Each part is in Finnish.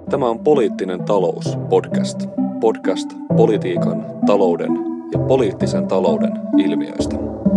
Tämä on Poliittinen talous podcast. Podcast politiikan, talouden ja poliittisen talouden ilmiöistä.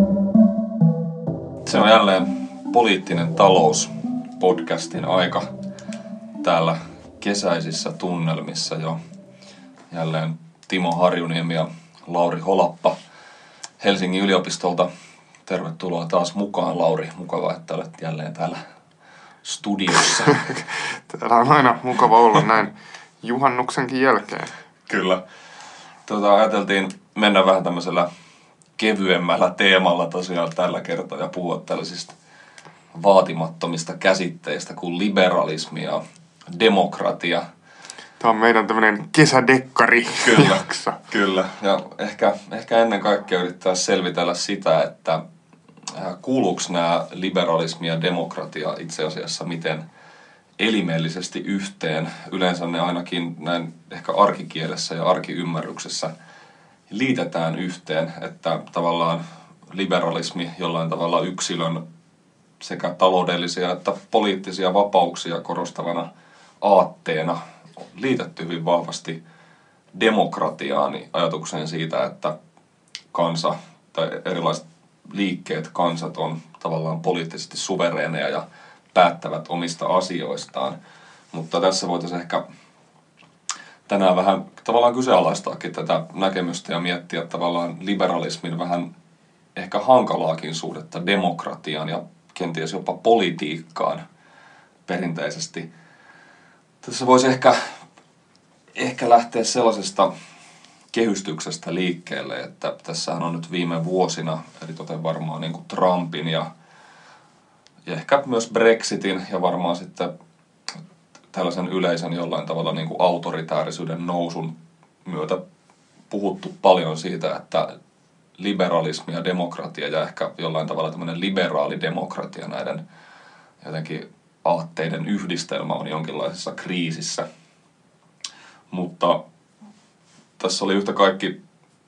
Se on jälleen Poliittinen talous podcastin aika täällä kesäisissä tunnelmissa jo. Jälleen Timo Harjuniemi ja Lauri Holappa Helsingin yliopistolta. Tervetuloa taas mukaan, Lauri. Mukava, että olet jälleen täällä studiossa. Täällä on aina mukava olla näin juhannuksenkin jälkeen. Kyllä. Ajateltiin mennä vähän tämmöisellä kevyemmällä teemalla tosiaan tällä kertaa ja puhua tällaisista vaatimattomista käsitteistä kuin liberalismi ja demokratia. Tämä on meidän tämmöinen kesädekkari jakso. Kyllä. Ja ehkä ennen kaikkea yrittää selvitellä sitä, että kuuluuko nämä liberalismi ja demokratia itse asiassa miten elimellisesti yhteen. Yleensä ne ainakin näin ehkä arkikielessä ja arkiymmärryksessä liitetään yhteen, että tavallaan liberalismi jollain tavalla yksilön sekä taloudellisia että poliittisia vapauksia korostavana aatteena liitetty hyvin vahvasti demokratiaan, ajatukseen siitä, että kansa tai erilaiset liikkeet, kansat on tavallaan poliittisesti suvereeneja ja päättävät omista asioistaan. Mutta tässä voitaisiin ehkä tänään vähän tavallaan kyseenalaistaakin tätä näkemystä ja miettiä tavallaan liberalismin vähän ehkä hankalaakin suhdetta demokratiaan ja kenties jopa politiikkaan perinteisesti. Tässä voisi ehkä lähteä sellaisesta kehystyksestä liikkeelle, että tässähän on nyt viime vuosina, eritoten varmaan niin kuin Trumpin ja ehkä myös Brexitin ja varmaan sitten tällaisen yleisen jollain tavalla niin kuin autoritäärisyyden nousun myötä puhuttu paljon siitä, että liberalismi ja demokratia ja ehkä jollain tavalla tämmöinen liberaali demokratia näiden jotenkin aatteiden yhdistelmä on jonkinlaisessa kriisissä. Mutta tässä oli yhtä kaikki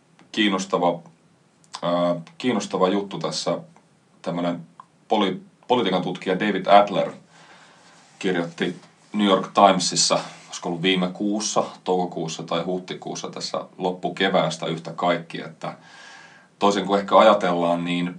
kiinnostava juttu tässä. Tämmöinen politiikan tutkija David Adler kirjoitti New York Timesissa, olisiko ollut viime kuussa, toukokuussa tai huhtikuussa tässä loppukeväästä yhtä kaikki, että toisin kuin ehkä ajatellaan, niin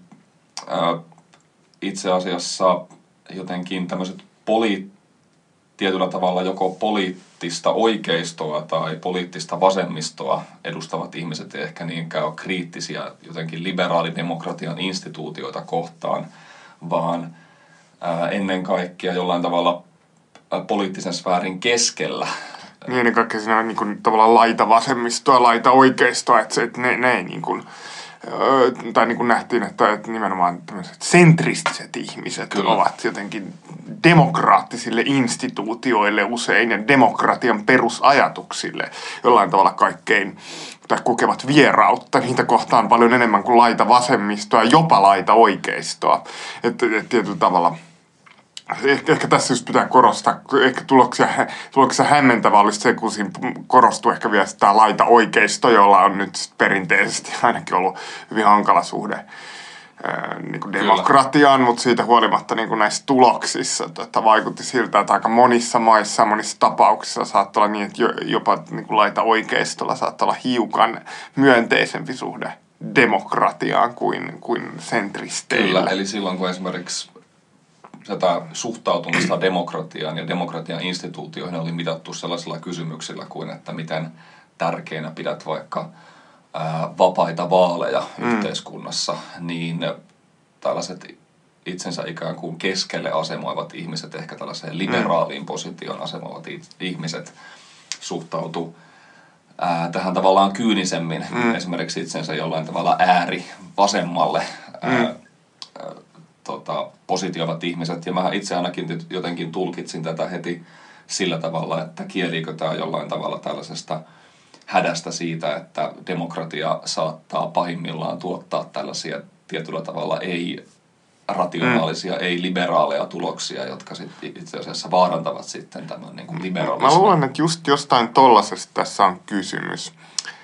itse asiassa jotenkin tämmöiset tietyllä tavalla joko poliittista oikeistoa tai poliittista vasemmistoa edustavat ihmiset ei ehkä niinkään ole kriittisiä jotenkin liberaalidemokratian instituutioita kohtaan, vaan ennen kaikkea jollain tavalla poliittisen sfäärin keskellä. Niin ennen kaikkea siinä on niin kuin, tavallaan laita vasemmistoa, laita oikeistoa, että ne ei niin kuin, tai niin kuin nähtiin, että nimenomaan tämmöiset sentristiset ihmiset Kyllä. ovat jotenkin demokraattisille instituutioille usein ja demokratian perusajatuksille jollain tavalla kaikkein, tai kokevat vierautta niitä kohtaan paljon enemmän kuin laita vasemmistoa, jopa laita oikeistoa. Että tietyllä tavalla Ehkä tässä just pitää korostaa, ehkä tuloksia hämmentävä olisi se, kun siinä korostuu ehkä vielä sitä laita oikeisto, jolla on nyt perinteisesti ainakin ollut hyvin hankala suhde niin kuin demokratiaan, mutta siitä huolimatta niin kuin näissä tuloksissa vaikutti siltä, että aika monissa maissa, monissa tapauksissa saattaa olla niin, että jopa niin kuin laita oikeistolla saattaa olla hiukan myönteisempi suhde demokratiaan kuin sentristeillä. Kyllä, eli silloin kun esimerkiksi tätä suhtautumista demokratiaan ja demokratian instituutioihin oli mitattu sellaisilla kysymyksillä kuin, että miten tärkeänä pidät vaikka vapaita vaaleja yhteiskunnassa, niin tällaiset itsensä ikään kuin keskelle asemoivat ihmiset, ehkä tällaiseen liberaaliin positioon asemoivat ihmiset suhtautu tähän tavallaan kyynisemmin, esimerkiksi itsensä jollain tavalla vasemmalle positioivat ihmiset. Ja mä itse ainakin jotenkin tulkitsin tätä heti sillä tavalla, että kieliikö tämä jollain tavalla tällaisesta hädästä siitä, että demokratia saattaa pahimmillaan tuottaa tällaisia tietyllä tavalla ei-rationaalisia, ei-liberaaleja tuloksia, jotka itse asiassa vaarantavat sitten tämän niin kuin liberalismin. Mä luulen, että just jostain tollasesta tässä on kysymys.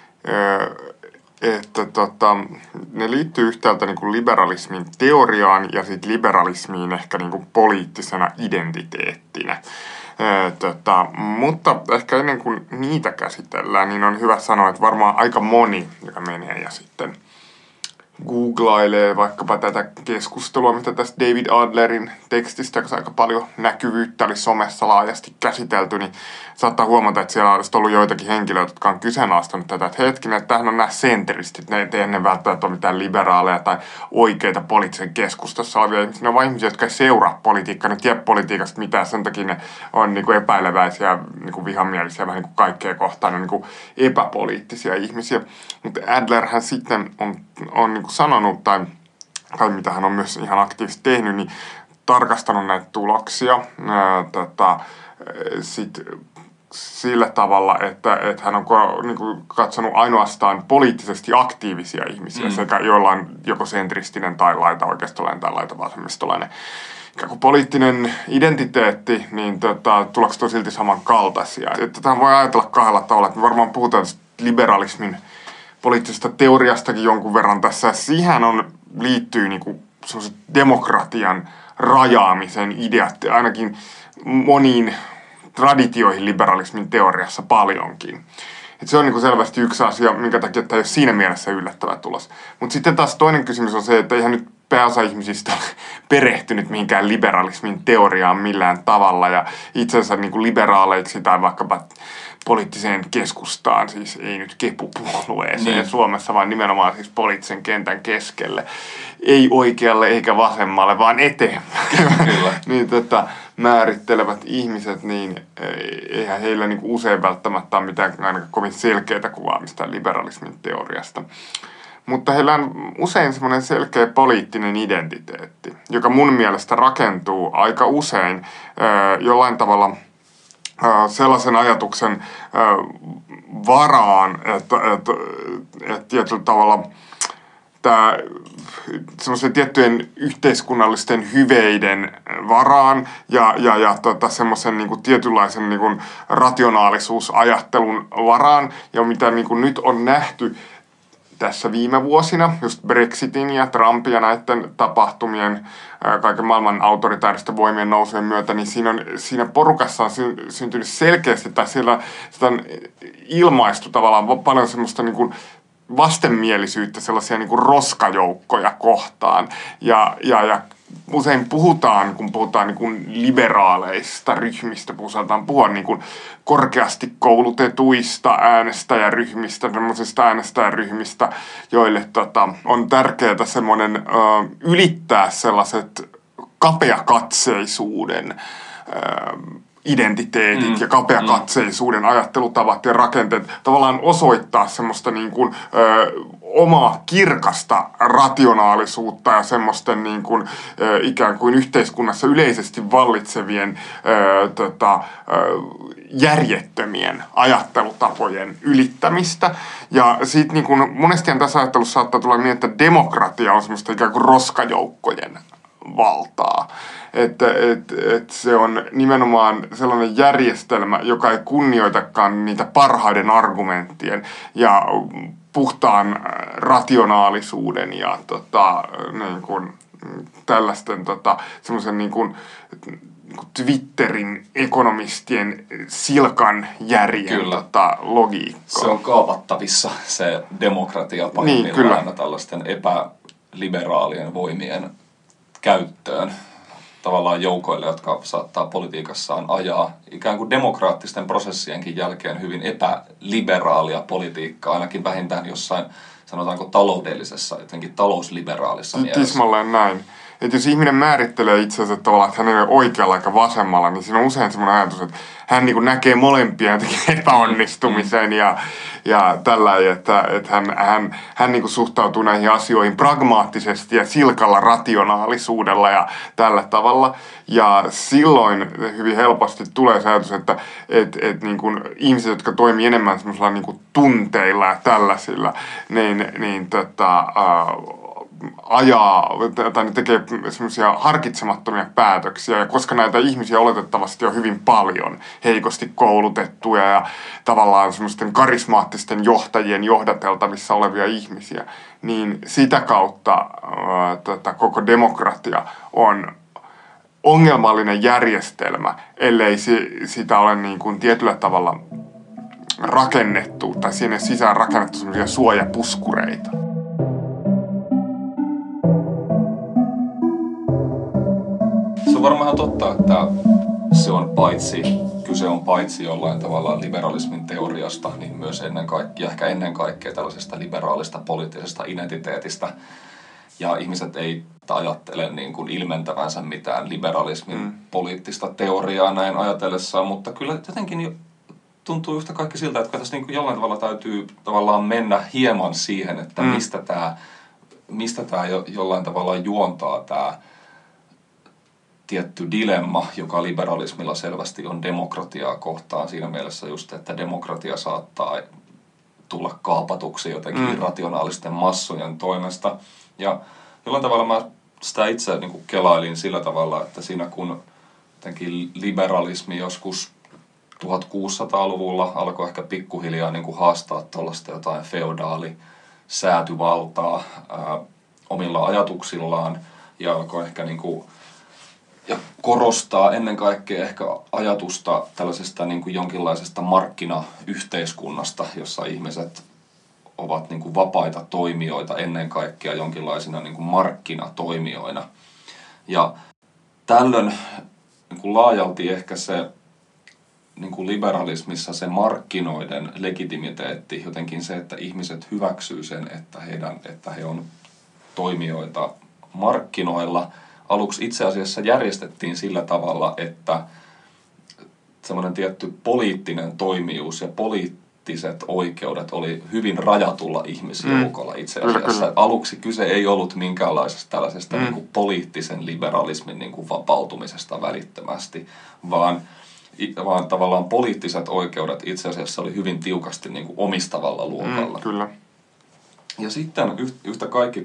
Että ne liittyy yhtäältä niin kuin liberalismin teoriaan ja sitten liberalismiin ehkä niin kuin poliittisena identiteettinä. Mutta ehkä ennen kuin niitä käsitellään, niin on hyvä sanoa, että varmaan aika moni, joka menee ja sitten googlailee vaikkapa tätä keskustelua, mitä tästä David Adlerin tekstistä, koska aika paljon näkyvyyttä oli somessa laajasti käsitelty, niin saattaa huomata, että siellä olisi ollut joitakin henkilöitä, jotka on kyseenalaistanut tätä, että hetkinen, että tämähän on nämä sentristit, ne ei ennen välttämättä ole mitään liberaaleja tai oikeita poliittisen keskustassa olevia ihmisiä. Ne on vain ihmisiä, jotka ei seuraa politiikkaa, ne tiedä politiikasta mitään, sen takia ne on niin kuin epäileväisiä, niin kuin vihamielisiä, vähän niin kuin kaikkea kohtaan, ne on niin kuin epäpoliittisia ihmisiä. Mutta Adlerhän sitten on niin kuin sanonut, tai mitä hän on myös ihan aktiivisesti tehnyt, niin tarkastanut näitä tuloksia sillä tavalla, että hän on niin kuin katsonut ainoastaan poliittisesti aktiivisia ihmisiä, sekä joilla on joko sentristinen tai laitaoikeistolainen tai laitavasemmistolainen ikään kuin poliittinen identiteetti, niin tulokset on silti samankaltaisia. Tätä voi ajatella kahdella tavalla, että me varmaan puhutaan liberalismin poliittisesta teoriastakin jonkun verran tässä. Siihen liittyy niinku demokratian rajaamisen ideat, ainakin moniin traditioihin liberalismin teoriassa paljonkin. Et se on niinku selvästi yksi asia, minkä takia tämä ei ole siinä mielessä yllättävä tulos. Mutta sitten taas toinen kysymys on se, että eihän nyt pääosa ihmisistä ole perehtynyt mihinkään liberalismin teoriaan millään tavalla. Ja itse asiassa niinku liberaaleiksi tai vaikkapa poliittiseen keskustaan, siis ei nyt kepupuolueeseen Suomessa, vaan nimenomaan siis poliittisen kentän keskelle. Ei oikealle eikä vasemmalle, vaan eteenpäin. Kyllä. Niin määrittelevät ihmiset, niin eihän heillä niinku usein välttämättä ole mitään ainakaan kovin selkeää kuvaa mistään liberalismin teoriasta. Mutta heillä on usein semmoinen selkeä poliittinen identiteetti, joka mun mielestä rakentuu aika usein jollain tavalla sellaisen ajatuksen varaan, että tietyllä tavalla tämä semmoisen tiettyjen yhteiskunnallisten hyveiden varaan ja semmoisen niinku tietynlaisen niinku rationaalisuusajattelun varaan, ja mitä niinku nyt on nähty tässä viime vuosina, just Brexitin ja Trumpin ja näiden tapahtumien, kaiken maailman autoritaaristen voimien nousujen myötä, niin siinä porukassa on syntynyt selkeästi, tai siellä sitä on ilmaistu tavallaan paljon semmoista niin kuin vastenmielisyyttä sellaisia niin kuin roskajoukkoja kohtaan. Ja usein puhutaan, kun puhutaan niin kuin liberaaleista ryhmistä, puhutaan puhua niin kuin korkeasti koulutetuista äänestäjäryhmistä, semmoisista äänestäjäryhmistä, joille on tärkeää semmoinen ylittää sellaiset kapeakatseisuuden identiteetit ja kapeakatseisuuden ajattelutavat ja rakenteet, tavallaan osoittaa semmoista niin kuin, omaa kirkasta rationaalisuutta ja semmoisten niin kuin, ikään kuin yhteiskunnassa yleisesti vallitsevien järjettömien ajattelutapojen ylittämistä. Ja sitten niin kuin monestihan tässä ajattelussa saattaa tulla niin, että demokratia on semmoista ikään kuin roskajoukkojen valtaa. Että se on nimenomaan sellainen järjestelmä, joka ei kunnioitakaan niitä parhaiden argumenttien ja puhtaan rationaalisuuden ja niin kuin tällaisten semmoisen niin kuin Twitterin ekonomistien silkan järjen logiikkaa. Se on kaapattavissa se demokratia pahimmillaan aina tällaisten epäliberaalien voimien käyttöön tavallaan joukoille, jotka saattaa politiikassaan ajaa ikään kuin demokraattisten prosessienkin jälkeen hyvin epäliberaalia politiikkaa, ainakin vähintään jossain, sanotaanko taloudellisessa, jotenkin talousliberaalissa mielessä. Tismalleen näin. Että jos ihminen määrittelee itsensä tavallaan, että hän ei ole oikealla eikä vasemmalla, niin siinä on usein semmoinen ajatus, että hän niin kuin näkee molempia epäonnistumisen ja tällä, että hän niin kuin suhtautuu näihin asioihin pragmaattisesti ja silkalla rationaalisuudella ja tällä tavalla. Ja silloin hyvin helposti tulee se ajatus, että niin kuin ihmiset, jotka toimii enemmän semmoisella niin kuin tunteilla ja tällaisilla, ajaa tai ne tekee semmoisia harkitsemattomia päätöksiä, ja koska näitä ihmisiä oletettavasti on hyvin paljon heikosti koulutettuja ja tavallaan semmoisten karismaattisten johtajien johdateltavissa olevia ihmisiä, niin sitä kautta koko demokratia on ongelmallinen järjestelmä, ellei sitä ole niin kuin tietyllä tavalla rakennettu tai sinne sisään rakennettu semmoisia suojapuskureita. Se on varmaan totta, että kyse on paitsi jollain tavalla liberalismin teoriasta, niin myös ennen kaikkea tällaisesta liberaalista poliittisesta identiteetistä. Ja ihmiset ei ajattele niin kuin ilmentävänsä mitään liberalismin poliittista teoriaa näin ajatellessaan, mutta kyllä jotenkin tuntuu yhtä kaikki siltä, että tässä niin kuin jollain tavalla täytyy tavallaan mennä hieman siihen, että mistä tämä jollain tavalla juontaa tämä tietty dilemma, joka liberalismilla selvästi on demokratiaa kohtaan siinä mielessä just, että demokratia saattaa tulla kaapatuksi jotenkin irrationaalisten massojen toimesta. Ja jollain tavalla mä sitä itse niin kuin kelailin sillä tavalla, että siinä kun jotenkin liberalismi joskus 1600-luvulla alkoi ehkä pikkuhiljaa niin kuin haastaa tuollaista jotain feodaalisäätyvaltaa omilla ajatuksillaan ja alkoi ehkä niin kuin ja korostaa ennen kaikkea ehkä ajatusta tällaisesta niin kuin jonkinlaisesta markkinayhteiskunnasta, jossa ihmiset ovat niin kuin vapaita toimijoita ennen kaikkea jonkinlaisina niin kuin markkinatoimijoina. Ja tällöin niin kuin laajalti ehkä se niin kuin liberalismissa se markkinoiden legitimiteetti, jotenkin se, että ihmiset hyväksyy sen, että he on toimijoita markkinoilla, aluksi itse asiassa järjestettiin sillä tavalla, että semmoinen tietty poliittinen toimijuus ja poliittiset oikeudet oli hyvin rajatulla ihmisjoukolla itse asiassa. Kyllä. Aluksi kyse ei ollut minkäänlaisesta tällaisesta niin kuin poliittisen liberalismin niin kuin vapautumisesta välittömästi, vaan tavallaan poliittiset oikeudet itse asiassa oli hyvin tiukasti niin kuin omistavalla luokalla. Kyllä. Ja sitten yhtä kaikki,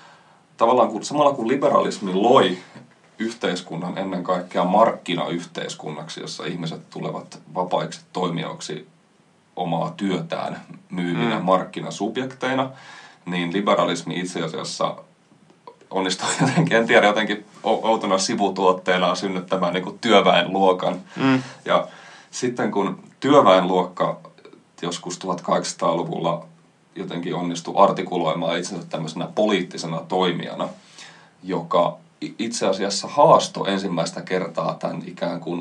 samalla kun liberalismi loi yhteiskunnan ennen kaikkea markkinayhteiskunnaksi, jossa ihmiset tulevat vapaiksi toimijoiksi omaa työtään myyvinä markkinasubjekteina, niin liberalismi itse asiassa onnistui jotenkin outona sivutuotteena synnyttämään niin kuin työväenluokan. Ja sitten kun työväenluokka joskus 1800-luvulla jotenkin onnistui artikuloimaan itsensä tämmöisenä poliittisena toimijana, joka itse asiassa haastoi ensimmäistä kertaa tämän ikään kuin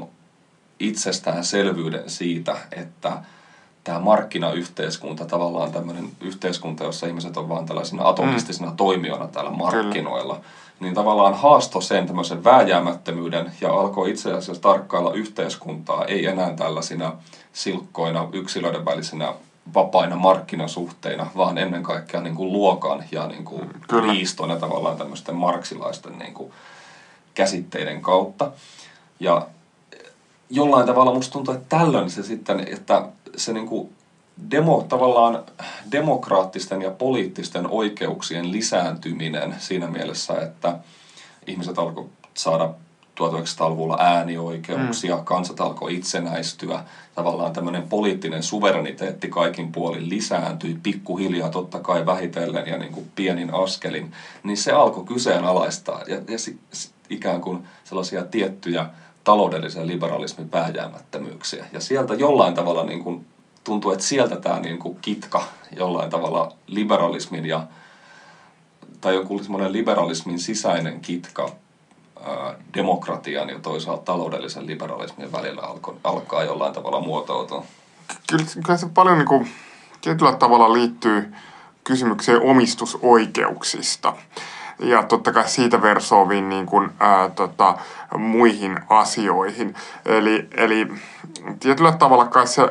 itsestäänselvyyden siitä, että tämä markkinayhteiskunta, tavallaan tämmöinen yhteiskunta, jossa ihmiset on vaan tällaisina atomistisina toimijoina täällä markkinoilla, Kyllä. niin tavallaan haastoi sen tämmöisen vääjäämättömyyden ja alkoi itse asiassa tarkkailla yhteiskuntaa, ei enää tällaisina silkkoina yksilöiden välisinä vapaina markkinasuhteina, vaan ennen kaikkea niin kuin luokan ja niin kuin liistoina tavallaan tämmöisten marksilaisten niin kuin käsitteiden kautta. Ja jollain tavalla musta tuntuu, että tällöin se sitten, että se niin kuin tavallaan demokraattisten ja poliittisten oikeuksien lisääntyminen siinä mielessä, että ihmiset alkoi saada 1900-luvulla äänioikeuksia, kansat alkoi itsenäistyä, tavallaan tämmöinen poliittinen suvereniteetti kaikin puolin lisääntyi pikkuhiljaa totta kai vähitellen ja niin kuin pienin askelin, niin se alkoi kyseenalaistaa ja ikään kuin sellaisia tiettyjä taloudellisen liberalismin vääjäämättömyyksiä. Ja sieltä jollain tavalla niin kuin tuntuu, että sieltä tämä niin kuin kitka jollain tavalla liberalismin tai joku semmoinen liberalismin sisäinen kitka demokratian ja toisaalta taloudellisen liberalismin välillä alkaa jollain tavalla muotoutua. Kyllä se paljon niin kuin, tietyllä tavalla liittyy kysymykseen omistusoikeuksista. Ja totta kai siitä versooviin niin kuin, muihin asioihin. Eli tietyllä tavalla kai se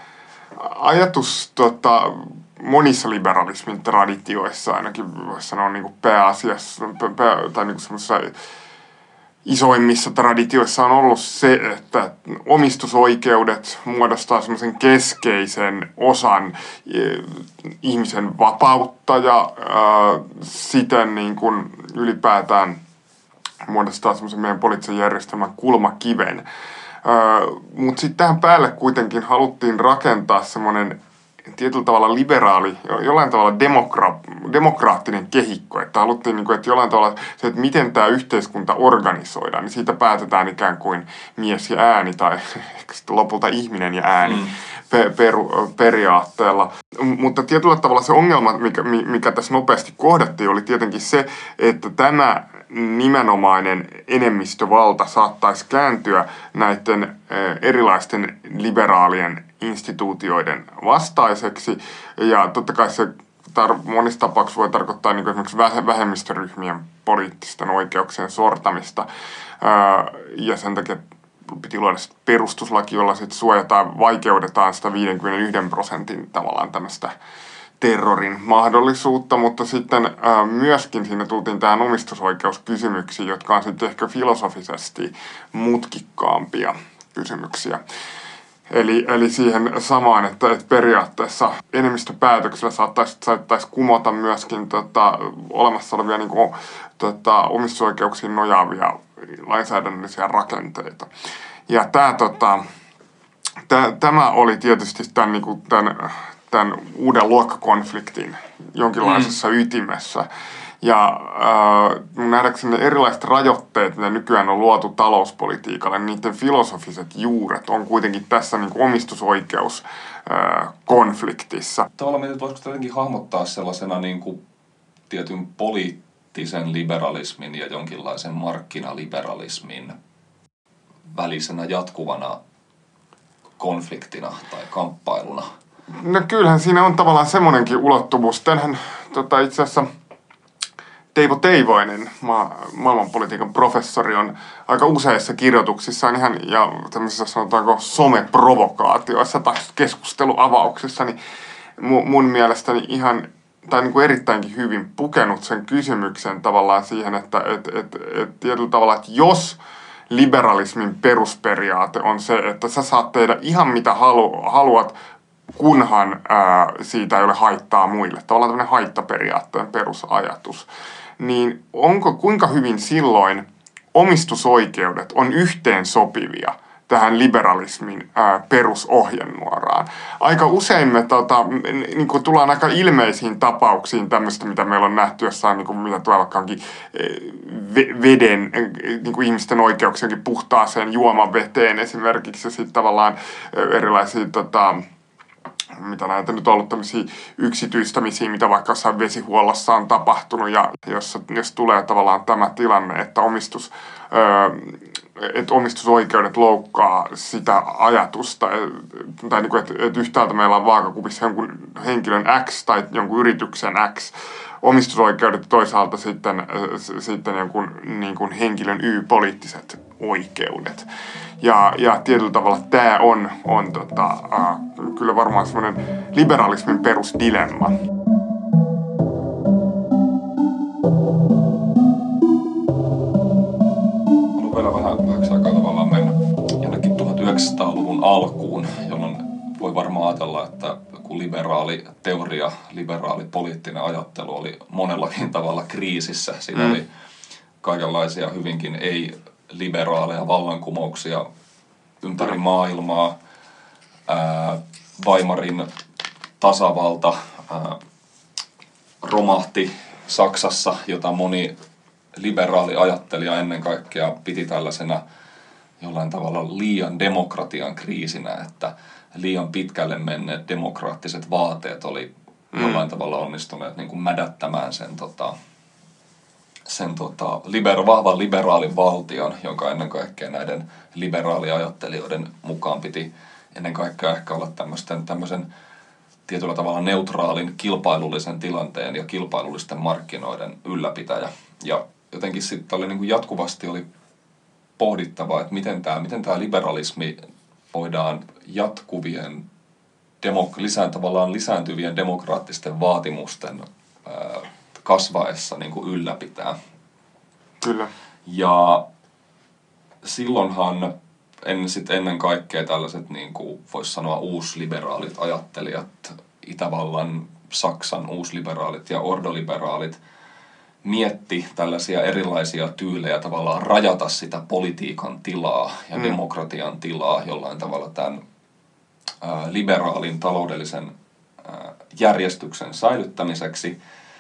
ajatus monissa liberalismin traditioissa ainakin voisi sanoa niin kuin pääasiassa tai niin kuin semmoisessa isoimmissa traditioissa on ollut se, että omistusoikeudet muodostaa semmoisen keskeisen osan ihmisen vapautta ja siten niin kuin ylipäätään muodostaa semmoisen meidän poliittisen järjestelmän kulmakiven. Mutta sitten tähän päälle kuitenkin haluttiin rakentaa semmoinen tietyllä tavalla liberaali, jollain tavalla demokraattinen kehikko, että haluttiin, niin kuin, että jollain tavalla se, että miten tämä yhteiskunta organisoidaan, niin siitä päätetään ikään kuin mies ja ääni tai sitten lopulta ihminen ja ääni periaatteella. Mutta tietyllä tavalla se ongelma, mikä tässä nopeasti kohdattiin, oli tietenkin se, että tämä nimenomainen enemmistövalta saattaisi kääntyä näiden erilaisten liberaalien instituutioiden vastaiseksi. Ja totta kai se monissa tapauksissa voi tarkoittaa niin kuin esimerkiksi vähemmistöryhmien poliittisten oikeuksien sortamista. Ja sen takia piti luoda perustuslaki, jolla sitten suojataan, vaikeudetaan sitä 51% tavallaan tämmöistä terrorin mahdollisuutta, mutta sitten myöskin siinä tultiin tähän omistusoikeuskysymyksiin, jotka on sitten ehkä filosofisesti mutkikkaampia kysymyksiä. Eli siihen samaan, että periaatteessa enemmistöpäätöksellä saattaisi kumota myöskin olemassa olevia omistusoikeuksiin nojaavia lainsäädännöllisiä rakenteita. Ja tämä oli tietysti tämän uuden luokkakonfliktin jonkinlaisessa ytimessä. Ja nähdäkseni erilaiset rajoitteet, mitä nykyään on luotu talouspolitiikalle, niiden filosofiset juuret on kuitenkin tässä niin kuin omistusoikeuskonfliktissa. Tavallaan voisiko jotenkin hahmottaa sellaisena niin kuin tietyn poliittisen liberalismin ja jonkinlaisen markkinaliberalismin välisenä jatkuvana konfliktina tai kamppailuna? No kyllähän siinä on tavallaan semmoinenkin ulottuvuus. Tänhän itse asiassa Teivo Teivainen, maailmanpolitiikan professori, on aika useissa kirjoituksissaan ihan, ja tämmöisissä sanotaanko someprovokaatioissa tai keskusteluavauksissa, niin mun mielestäni ihan, tai niin kuin erittäinkin hyvin pukenut sen kysymyksen tavallaan siihen, että tietyllä tavalla, että jos liberalismin perusperiaate on se, että sä saat tehdä ihan mitä haluat, kunhan siitä ei ole haittaa muille. Tavallaan tämmöinen haittaperiaatteen perusajatus. Niin kuinka hyvin silloin omistusoikeudet on yhteen sopivia tähän liberalismin perusohjenuoraan? Aika usein me niin kuin tullaan aika ilmeisiin tapauksiin tämmöistä, mitä meillä on nähty jossain, niin kuin, mitä tuolla vaikka onkin veden, niin kuin ihmisten oikeuksienkin puhtaaseen juomaveteen esimerkiksi, ja sitten tavallaan erilaisia mitä näitä nyt on ollut tämmöisiä yksityistämisiä, mitä vaikka jossain vesihuollossa on tapahtunut, ja jos tulee tavallaan tämä tilanne, että omistusoikeudet loukkaa sitä ajatusta, tai niin kuin, että yhtäältä meillä on vaakakupissa jonkun henkilön X tai jonkun yrityksen X, omistusoikeudet toisaalta sitten jonkun niin kuin henkilön Y-poliittiset oikeudet. Ja tietyllä tavalla tämä on kyllä varmaan semmoinen liberalismin perusdilemma. Haluan vielä vähäksi aikaa tavallaan mennä jonnekin 1900-luvun alkuun, jolloin voi varmaan ajatella, että kun liberaali teoria, liberaali poliittinen ajattelu oli monellakin tavalla kriisissä. Siinä oli kaikenlaisia hyvinkin ei-liberaaleja vallankumouksia ympäri maailmaa. Weimarin tasavalta romahti Saksassa, jota moni liberaali ajattelija ennen kaikkea piti tällaisena jollain tavalla liian demokratian kriisinä, että liian pitkälle menneet demokraattiset vaateet oli jollain tavalla onnistuneet niin kuin mädättämään sen vahvan liberaalin valtion, jonka ennen kaikkea näiden liberaaliajattelijoiden mukaan piti ennen kaikkea ehkä olla tämmöisen tietyllä tavalla neutraalin kilpailullisen tilanteen ja kilpailullisten markkinoiden ylläpitäjä. Ja jotenkin sitten oli niin kuin jatkuvasti oli pohdittava, että miten tämä liberalismi voidaan jatkuvien lisääntyvien demokraattisten vaatimusten kasvaessa niin kuin ylläpitää. Kyllä. Ja silloinhan ennen kaikkea tällaiset, niin kuin voisi sanoa, uusliberaalit ajattelijat, Itävallan, Saksan uusliberaalit ja ordoliberaalit mietti tällaisia erilaisia tyylejä tavallaan rajata sitä politiikan tilaa ja demokratian tilaa jollain tavalla tämän liberaalin taloudellisen järjestyksen säilyttämiseksi.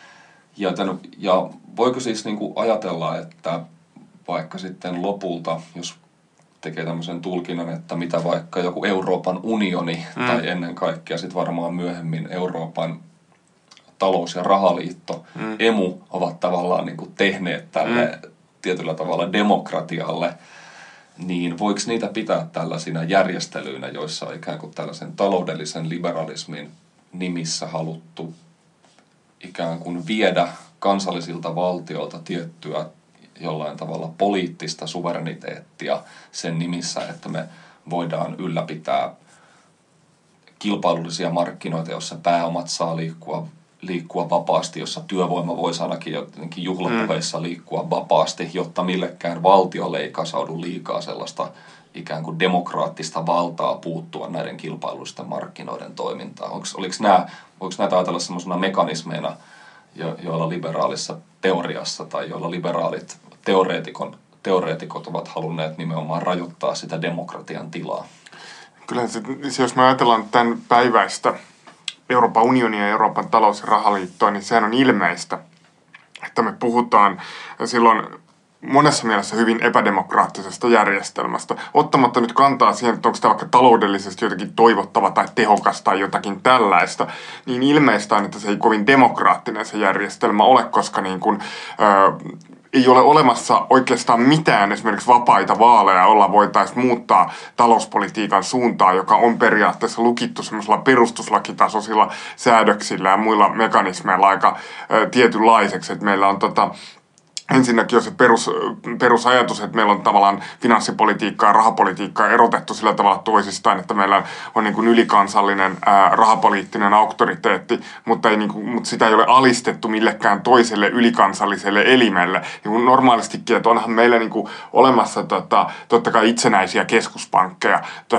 Ja voiko siis niin kuin ajatella, että vaikka sitten lopulta, jos tekee tämmöisen tulkinnan, että mitä vaikka joku Euroopan unioni tai ennen kaikkea sitten varmaan myöhemmin Euroopan talous- ja rahaliitto, EMU, ovat tavallaan niin kuin tehneet tälle tietyllä tavalla demokratialle, niin voiko niitä pitää tällaisina järjestelyinä, joissa on ikään kuin tällaisen taloudellisen liberalismin nimissä haluttu ikään kuin viedä kansallisilta valtioilta tiettyä jollain tavalla poliittista suvereniteettia sen nimissä, että me voidaan ylläpitää kilpailullisia markkinoita, joissa pääomat saa liikkua vapaasti, jossa työvoima voisi ainakin jotenkin juhlapuheissa liikkua vapaasti, jotta millekään valtiolle ei kasaudu liikaa sellaista ikään kuin demokraattista valtaa puuttua näiden kilpailullisten markkinoiden toimintaan. Voiko näitä ajatella sellaisena mekanismeina, joilla liberaalissa teoriassa tai joilla liberaalit teoreetikot ovat halunneet nimenomaan rajoittaa sitä demokratian tilaa? Kyllä se, jos me ajatellaan tämän päiväistä Euroopan unionia ja Euroopan talous- ja rahaliittoa, niin sehän on ilmeistä, että me puhutaan silloin monessa mielessä hyvin epädemokraattisesta järjestelmästä, ottamatta nyt kantaa siihen, että onko sitä vaikka taloudellisesti jotenkin toivottava tai tehokas tai jotakin tällaista, niin ilmeistä on, että se ei kovin demokraattinen se järjestelmä ole, koska niin kuin, ei ole olemassa oikeastaan mitään esimerkiksi vapaita vaaleja, jolla voitaisiin muuttaa talouspolitiikan suuntaa, joka on periaatteessa lukittu semmoisilla perustuslakitasoisilla säädöksillä ja muilla mekanismeilla aika tietynlaiseksi, että meillä on ensinnäkin on se perusajatus, että meillä on tavallaan finanssipolitiikkaa ja rahapolitiikkaa erotettu sillä tavalla toisistaan, että meillä on niin kuin ylikansallinen rahapoliittinen auktoriteetti, mutta sitä ei ole alistettu millekään toiselle ylikansalliselle elimelle. Niin kuin normaalistikin, että onhan meillä niin kuin olemassa totta kai itsenäisiä keskuspankkeja.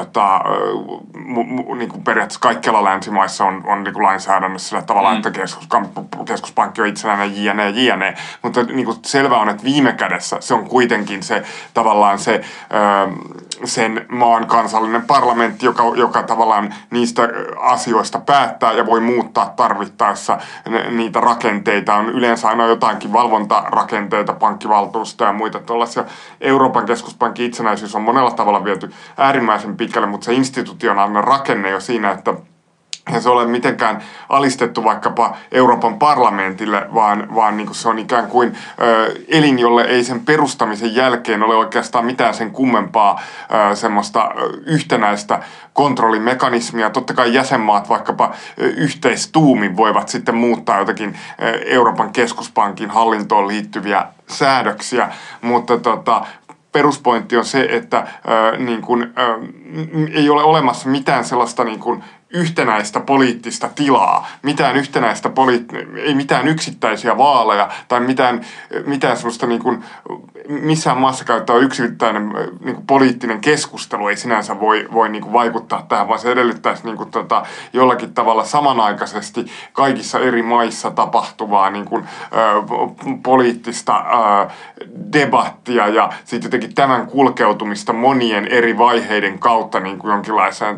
Niin kuin periaatteessa kaikkialla länsimaissa on niin kuin lainsäädännössä sillä tavalla, että keskuspankki on itsenäinen jne. Mutta niin kuin selvä on, että viime kädessä se on kuitenkin se tavallaan sen maan kansallinen parlamentti, joka tavallaan niistä asioista päättää ja voi muuttaa tarvittaessa niitä rakenteita. On yleensä aina jotainkin valvontarakenteita, pankkivaltuustoja ja muita tuollaisia. Euroopan keskuspankin itsenäisyys on monella tavalla viety äärimmäisen pitkälle, mutta se institutionaalinen rakenne jo siinä, että ei se ole mitenkään alistettu vaikkapa Euroopan parlamentille, vaan niin kuin se on ikään kuin elin, jolle ei sen perustamisen jälkeen ole oikeastaan mitään sen kummempaa semmoista yhtenäistä kontrollimekanismia. Totta kai jäsenmaat vaikkapa yhteistuumin voivat sitten muuttaa jotakin Euroopan keskuspankin hallintoon liittyviä säädöksiä, mutta peruspointti on se, että ei ole olemassa mitään sellaista niin kuin yhtenäistä poliittista tilaa, ei mitään yksittäisiä vaaleja tai mitään sellaista niin kuin, missään maassa käyttää yksittäinen niin kuin poliittinen keskustelu ei sinänsä voi niin kuin vaikuttaa tähän, vaan se edellyttäisi niin kuin, jollakin tavalla samanaikaisesti kaikissa eri maissa tapahtuvaa niin kuin, poliittista debattia ja sitten jotenkin tämän kulkeutumista monien eri vaiheiden kautta niin kuin jonkinlaiseen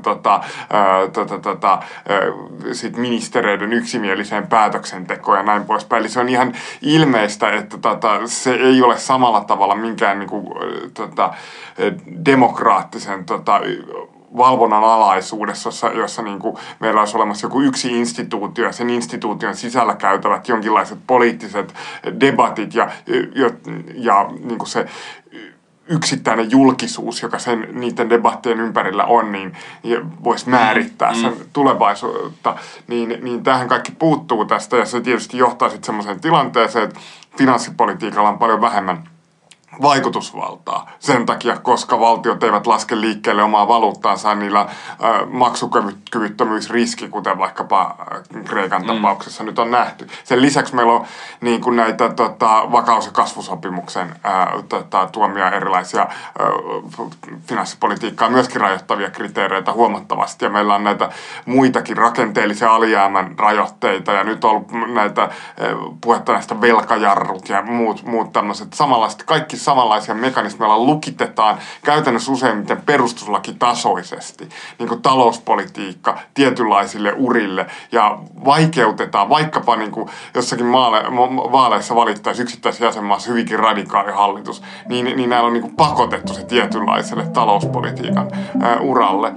sit ministereiden yksimieliseen päätöksentekoon ja näin poispäin. Eli se on ihan ilmeistä, että se ei ole samalla tavalla minkään niinku, demokraattisen valvonnan alaisuudessa, jossa niinku meillä olisi olemassa joku yksi instituutio ja sen instituution sisällä käytävät jonkinlaiset poliittiset debatit ja niinku se yksittäinen julkisuus, joka niiden debattien ympärillä on, niin voisi määrittää sen tulevaisuutta, niin tämähän kaikki puuttuu tästä ja se tietysti johtaa sitten semmoiseen tilanteeseen, että finanssipolitiikalla on paljon vähemmän vaikutusvaltaa sen takia, koska valtiot eivät laske liikkeelle omaa valuuttaansa, niillä maksukyvyttömyysriski, kuten vaikkapa Kreikan tapauksessa nyt on nähty. Sen lisäksi meillä on niin kuin näitä vakaus- ja kasvusopimuksen tuomia erilaisia finanssipolitiikkaa myöskin rajoittavia kriteereitä huomattavasti, ja meillä on näitä muitakin rakenteellisia alijäämän rajoitteita, ja nyt on ollut näitä puhetta näistä velkajarrut ja muut tämmöiset samanlaiset kaikki samanlaisia mekanismeja, joilla lukitetaan käytännössä useimmiten perustuslakitasoisesti niin kuin talouspolitiikka tietynlaisille urille ja vaikeutetaan, vaikkapa niin kuin jossakin vaaleissa valittaisiin yksittäisessä jäsenmaassa hyvinkin radikaali hallitus, niin näillä on niin kuin pakotettu se tietynlaiselle talouspolitiikan uralle.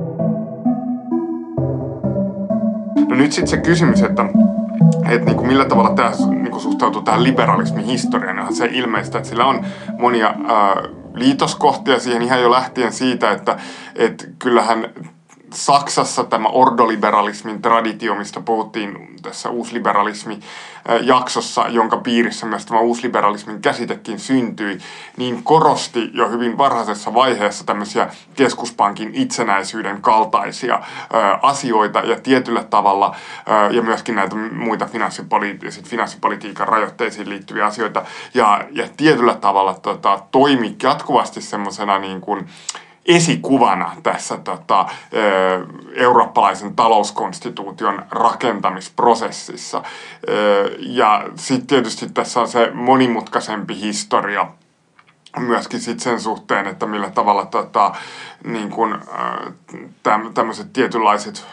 No nyt sitten se kysymys, että niin kuin millä tavalla tämä niin kuin suhtautuu tähän liberalismin historiaan. Onhan se ilmeistä, että sillä on monia liitoskohtia siihen ihan jo lähtien siitä, että kyllähän Saksassa tämä ordoliberalismin traditio, mistä puhuttiin tässä uusliberalismi-jaksossa, jonka piirissä myös tämä uusliberalismin käsitekin syntyi, niin korosti jo hyvin varhaisessa vaiheessa tämmöisiä keskuspankin itsenäisyyden kaltaisia asioita ja tietyllä tavalla, ja myöskin näitä muita finanssipolitiikan rajoitteisiin liittyviä asioita, ja tietyllä tavalla toimi jatkuvasti semmoisena niin kuin esikuvana tässä eurooppalaisen talouskonstituution rakentamisprosessissa. Ja sitten tietysti tässä on se monimutkaisempi historia myöskin sit sen suhteen, että millä tavalla niin kun, tämmöiset tietynlaiset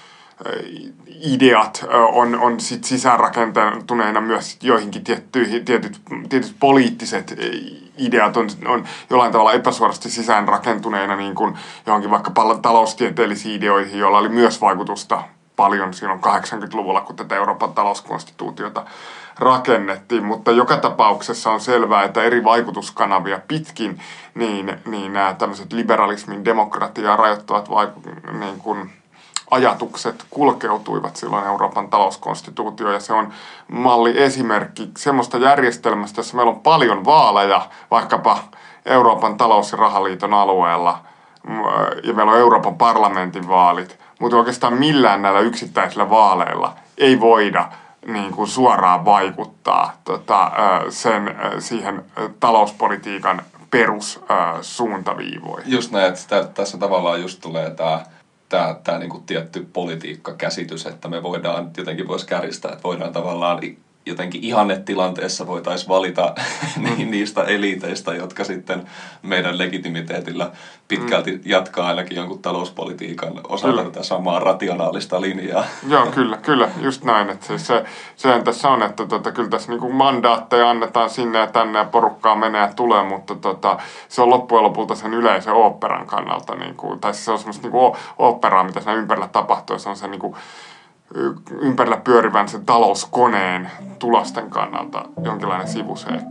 ideat on sit sisäänrakentuneena myös joihinkin tietyt poliittiset ideat on jollain tavalla epäsuorasti sisäänrakentuneena niin kuin johonkin vaikka taloustieteellisiin ideoihin, joilla oli myös vaikutusta paljon silloin 80-luvulla, kun tätä Euroopan talouskonstituutiota rakennettiin. Mutta joka tapauksessa on selvää, että eri vaikutuskanavia pitkin niin nämä tämmöiset liberalismin demokratiaa rajoittavat niin kuin ajatukset kulkeutuivat silloin Euroopan talouskonstituutioon, ja se on malliesimerkki semmoista järjestelmästä, jossa meillä on paljon vaaleja, vaikkapa Euroopan talous- ja rahaliiton alueella, ja meillä on Euroopan parlamentin vaalit, mutta oikeastaan millään näillä yksittäisillä vaaleilla ei voida niin kuin suoraan vaikuttaa siihen talouspolitiikan perussuuntaviivoihin. Just näin, että tässä tavallaan just tulee tämä niinku tietty politiikkakäsitys, että me voidaan, jotenkin voisi kärjistää, että voidaan tavallaan jotenkin ihannetilanteessa voitaisiin valita niistä eliiteistä, jotka sitten meidän legitimiteetillä pitkälti jatkaa ainakin jonkun talouspolitiikan osalta tätä samaa rationaalista linjaa. Joo, kyllä, just näin. Että sehän tässä on, että kyllä tässä niinku mandaatteja annetaan sinne ja tänne ja porukkaa menee ja tulee, mutta se on loppujen lopulta sen yleisen oopperan kannalta, niinku, tai se on semmoista niinku oopperaa, mitä siinä ympärillä tapahtuu, se on se niinku ympärillä pyörivän sen talouskoneen tulosten kannalta jonkinlainen sivuseikka.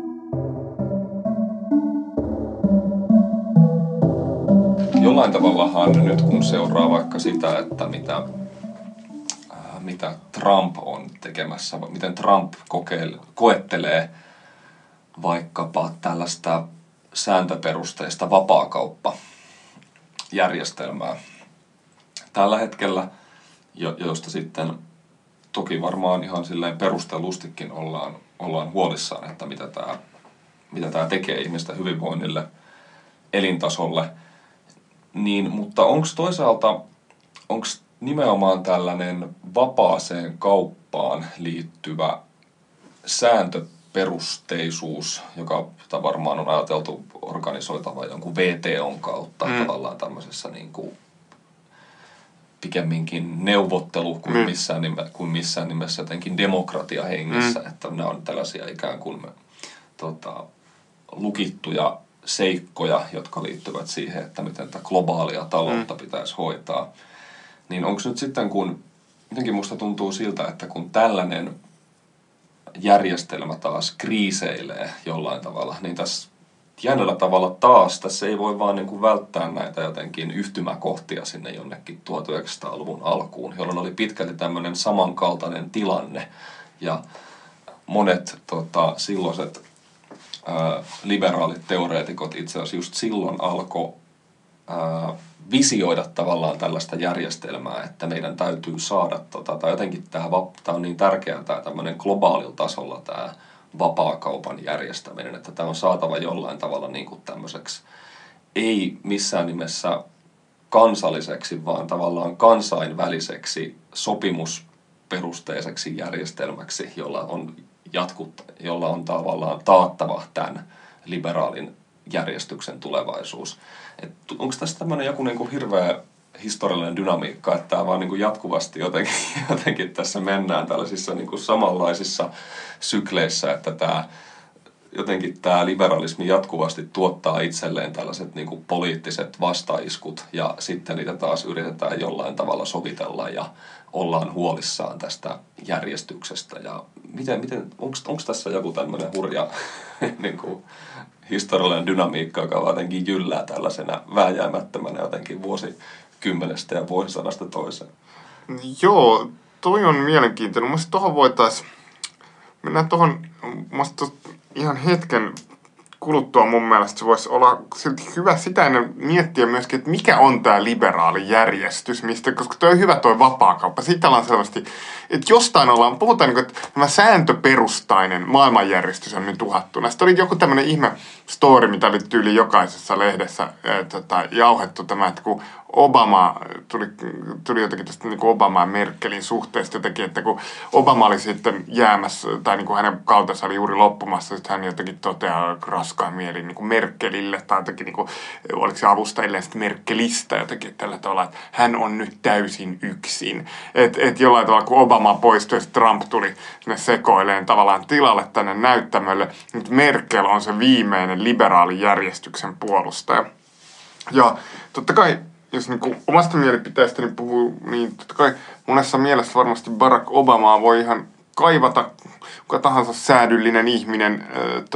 Jollain tavallahan nyt kun seuraa vaikka sitä, että mitä Trump on tekemässä, miten Trump koettelee vaikkapa tällaista sääntöperusteista vapaakauppajärjestelmää. Tällä hetkellä, josta sitten toki varmaan ihan silleen perustellustikin ollaan huolissaan, että mitä tämä tekee ihmisten hyvinvoinnille, elintasolle. Mutta onko toisaalta nimenomaan tällainen vapaaseen kauppaan liittyvä sääntöperusteisuus, joka varmaan on ajateltu organisoitava jonkun VTOn kautta tavallaan tämmöisessä niin kuin pikemminkin neuvottelu kuin missään nimessä jotenkin demokratiahengessä, että nämä on tällaisia ikään kuin lukittuja seikkoja, jotka liittyvät siihen, että miten tätä globaalia taloutta pitäisi hoitaa. Niin onko nyt sitten, jotenkin musta tuntuu siltä, että kun tällainen järjestelmä taas kriiseilee jollain tavalla, niin tässä jännällä tavalla taas tässä ei voi vaan niin kuin välttää näitä jotenkin yhtymäkohtia sinne jonnekin 1900-luvun alkuun, jolloin oli pitkälti tämmöinen samankaltainen tilanne. Ja monet silloiset liberaalit teoreetikot itse asiassa just silloin alkoi visioida tavallaan tällaista järjestelmää, että meidän täytyy saada, tai jotenkin tämä on niin tärkeää tämä tämmöinen globaalilla tasolla tämä vapaakaupan järjestäminen, että tämä on saatava jollain tavalla niin kuin tämmöiseksi, ei missään nimessä kansalliseksi, vaan tavallaan kansainväliseksi sopimusperusteiseksi järjestelmäksi, jolla on tavallaan taattava tämän liberaalin järjestyksen tulevaisuus. Onko tässä tämmöinen joku niinku hirveä historiallinen dynamiikka, että tämä vaan niinku jatkuvasti jotenkin tässä mennään tällaisissa niinku samanlaisissa sykleissä, että jotenkin tämä liberalismi jatkuvasti tuottaa itselleen tällaiset niinku poliittiset vastaiskut ja sitten niitä taas yritetään jollain tavalla sovitella ja ollaan huolissaan tästä järjestyksestä. Ja onko tässä joku tämmöinen hurja niinku historiallinen dynamiikka, joka jotenkin jyllää tällaisena vääjäämättömänä jotenkin vuosikymmenestä ja vuosisadasta toiseen? Joo, toi on mielenkiintoinen. Mielestäni tuohon voitaisiin mennään tuohon ihan hetken kuluttua mun mielestä se voisi olla hyvä sitä ennen miettiä myöskin, että mikä on tämä liberaali järjestys, koska toi on hyvä toi vapaakauppa. Siitä ollaan selvästi, että jostain puhutaan, että tämä sääntöperustainen maailmanjärjestys on nyt uhattuna. Sitten oli joku tämmöinen ihme story, mitä oli tyyli jokaisessa lehdessä jauhettu tämä, että kun Obama, tuli jotenkin tästä niin kuin Obama ja Merkelin suhteesta jotenkin, että kun Obama oli sitten jäämässä, tai niin kuin hänen kautensa oli juuri loppumassa, sitten hän jotenkin toteaa raskaan mielin niin kuin Merkelille, tai jotenkin niin kuin, oliko se avustajille sitten Merkelistä jotenkin tällä tavalla, että hän on nyt täysin yksin. Että jollain tavalla, kun Obama poistui, ja Trump tuli sinne sekoileen tavallaan tilalle tänne näyttämölle, nyt Merkel on se viimeinen liberaali järjestyksen puolustaja. Ja totta kai, jos niin omasta mielipiteestäni puhuu, niin totta kai monessa mielessä varmasti Barack Obamaa voi ihan kaivata kuka tahansa säädyllinen ihminen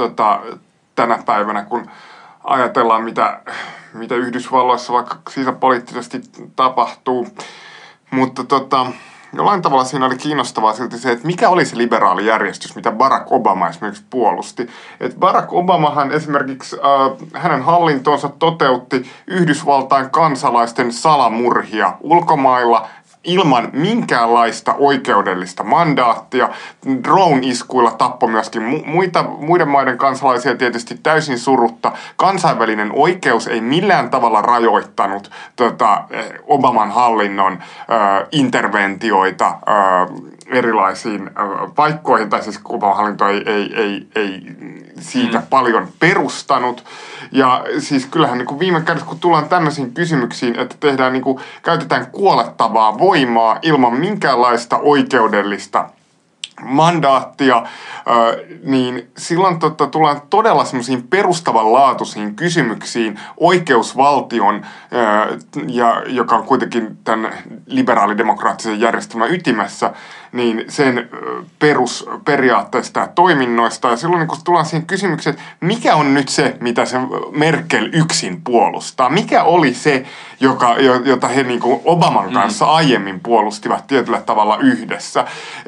tänä päivänä, kun ajatellaan, mitä Yhdysvalloissa vaikka sisäpoliittisesti tapahtuu. Mutta jollain tavalla siinä oli kiinnostavaa silti se, että mikä oli se liberaali järjestys, mitä Barack Obama esimerkiksi puolusti. Et Barack Obamahan esimerkiksi hänen hallintonsa toteutti Yhdysvaltain kansalaisten salamurhia ulkomailla ilman minkäänlaista oikeudellista mandaattia. Drone-iskuilla tappoi myöskin muiden maiden kansalaisia tietysti täysin surutta. Kansainvälinen oikeus ei millään tavalla rajoittanut Obaman hallinnon interventioita erilaisiin paikkoihin, tai siis Obaman hallinto ei siitä paljon perustanut. Ja siis kyllähän niin kuin viime kädessä, kun tullaan tämmöisiin kysymyksiin, että tehdään niin kuin, käytetään kuolettavaa voimaa ilman minkäänlaista oikeudellista mandaattia, niin silloin tullaan todella semmoisiin perustavanlaatuisiin kysymyksiin oikeusvaltion, joka on kuitenkin tämän liberaalidemokraattisen järjestelmän ytimessä, niin sen perusperiaatteista ja toiminnoista. Ja silloin kun tullaan siihen kysymykseen, että mikä on nyt se, mitä se Merkel yksin puolustaa? Mikä oli se, jota he niin kuin Obaman kanssa aiemmin puolustivat tietyllä tavalla yhdessä?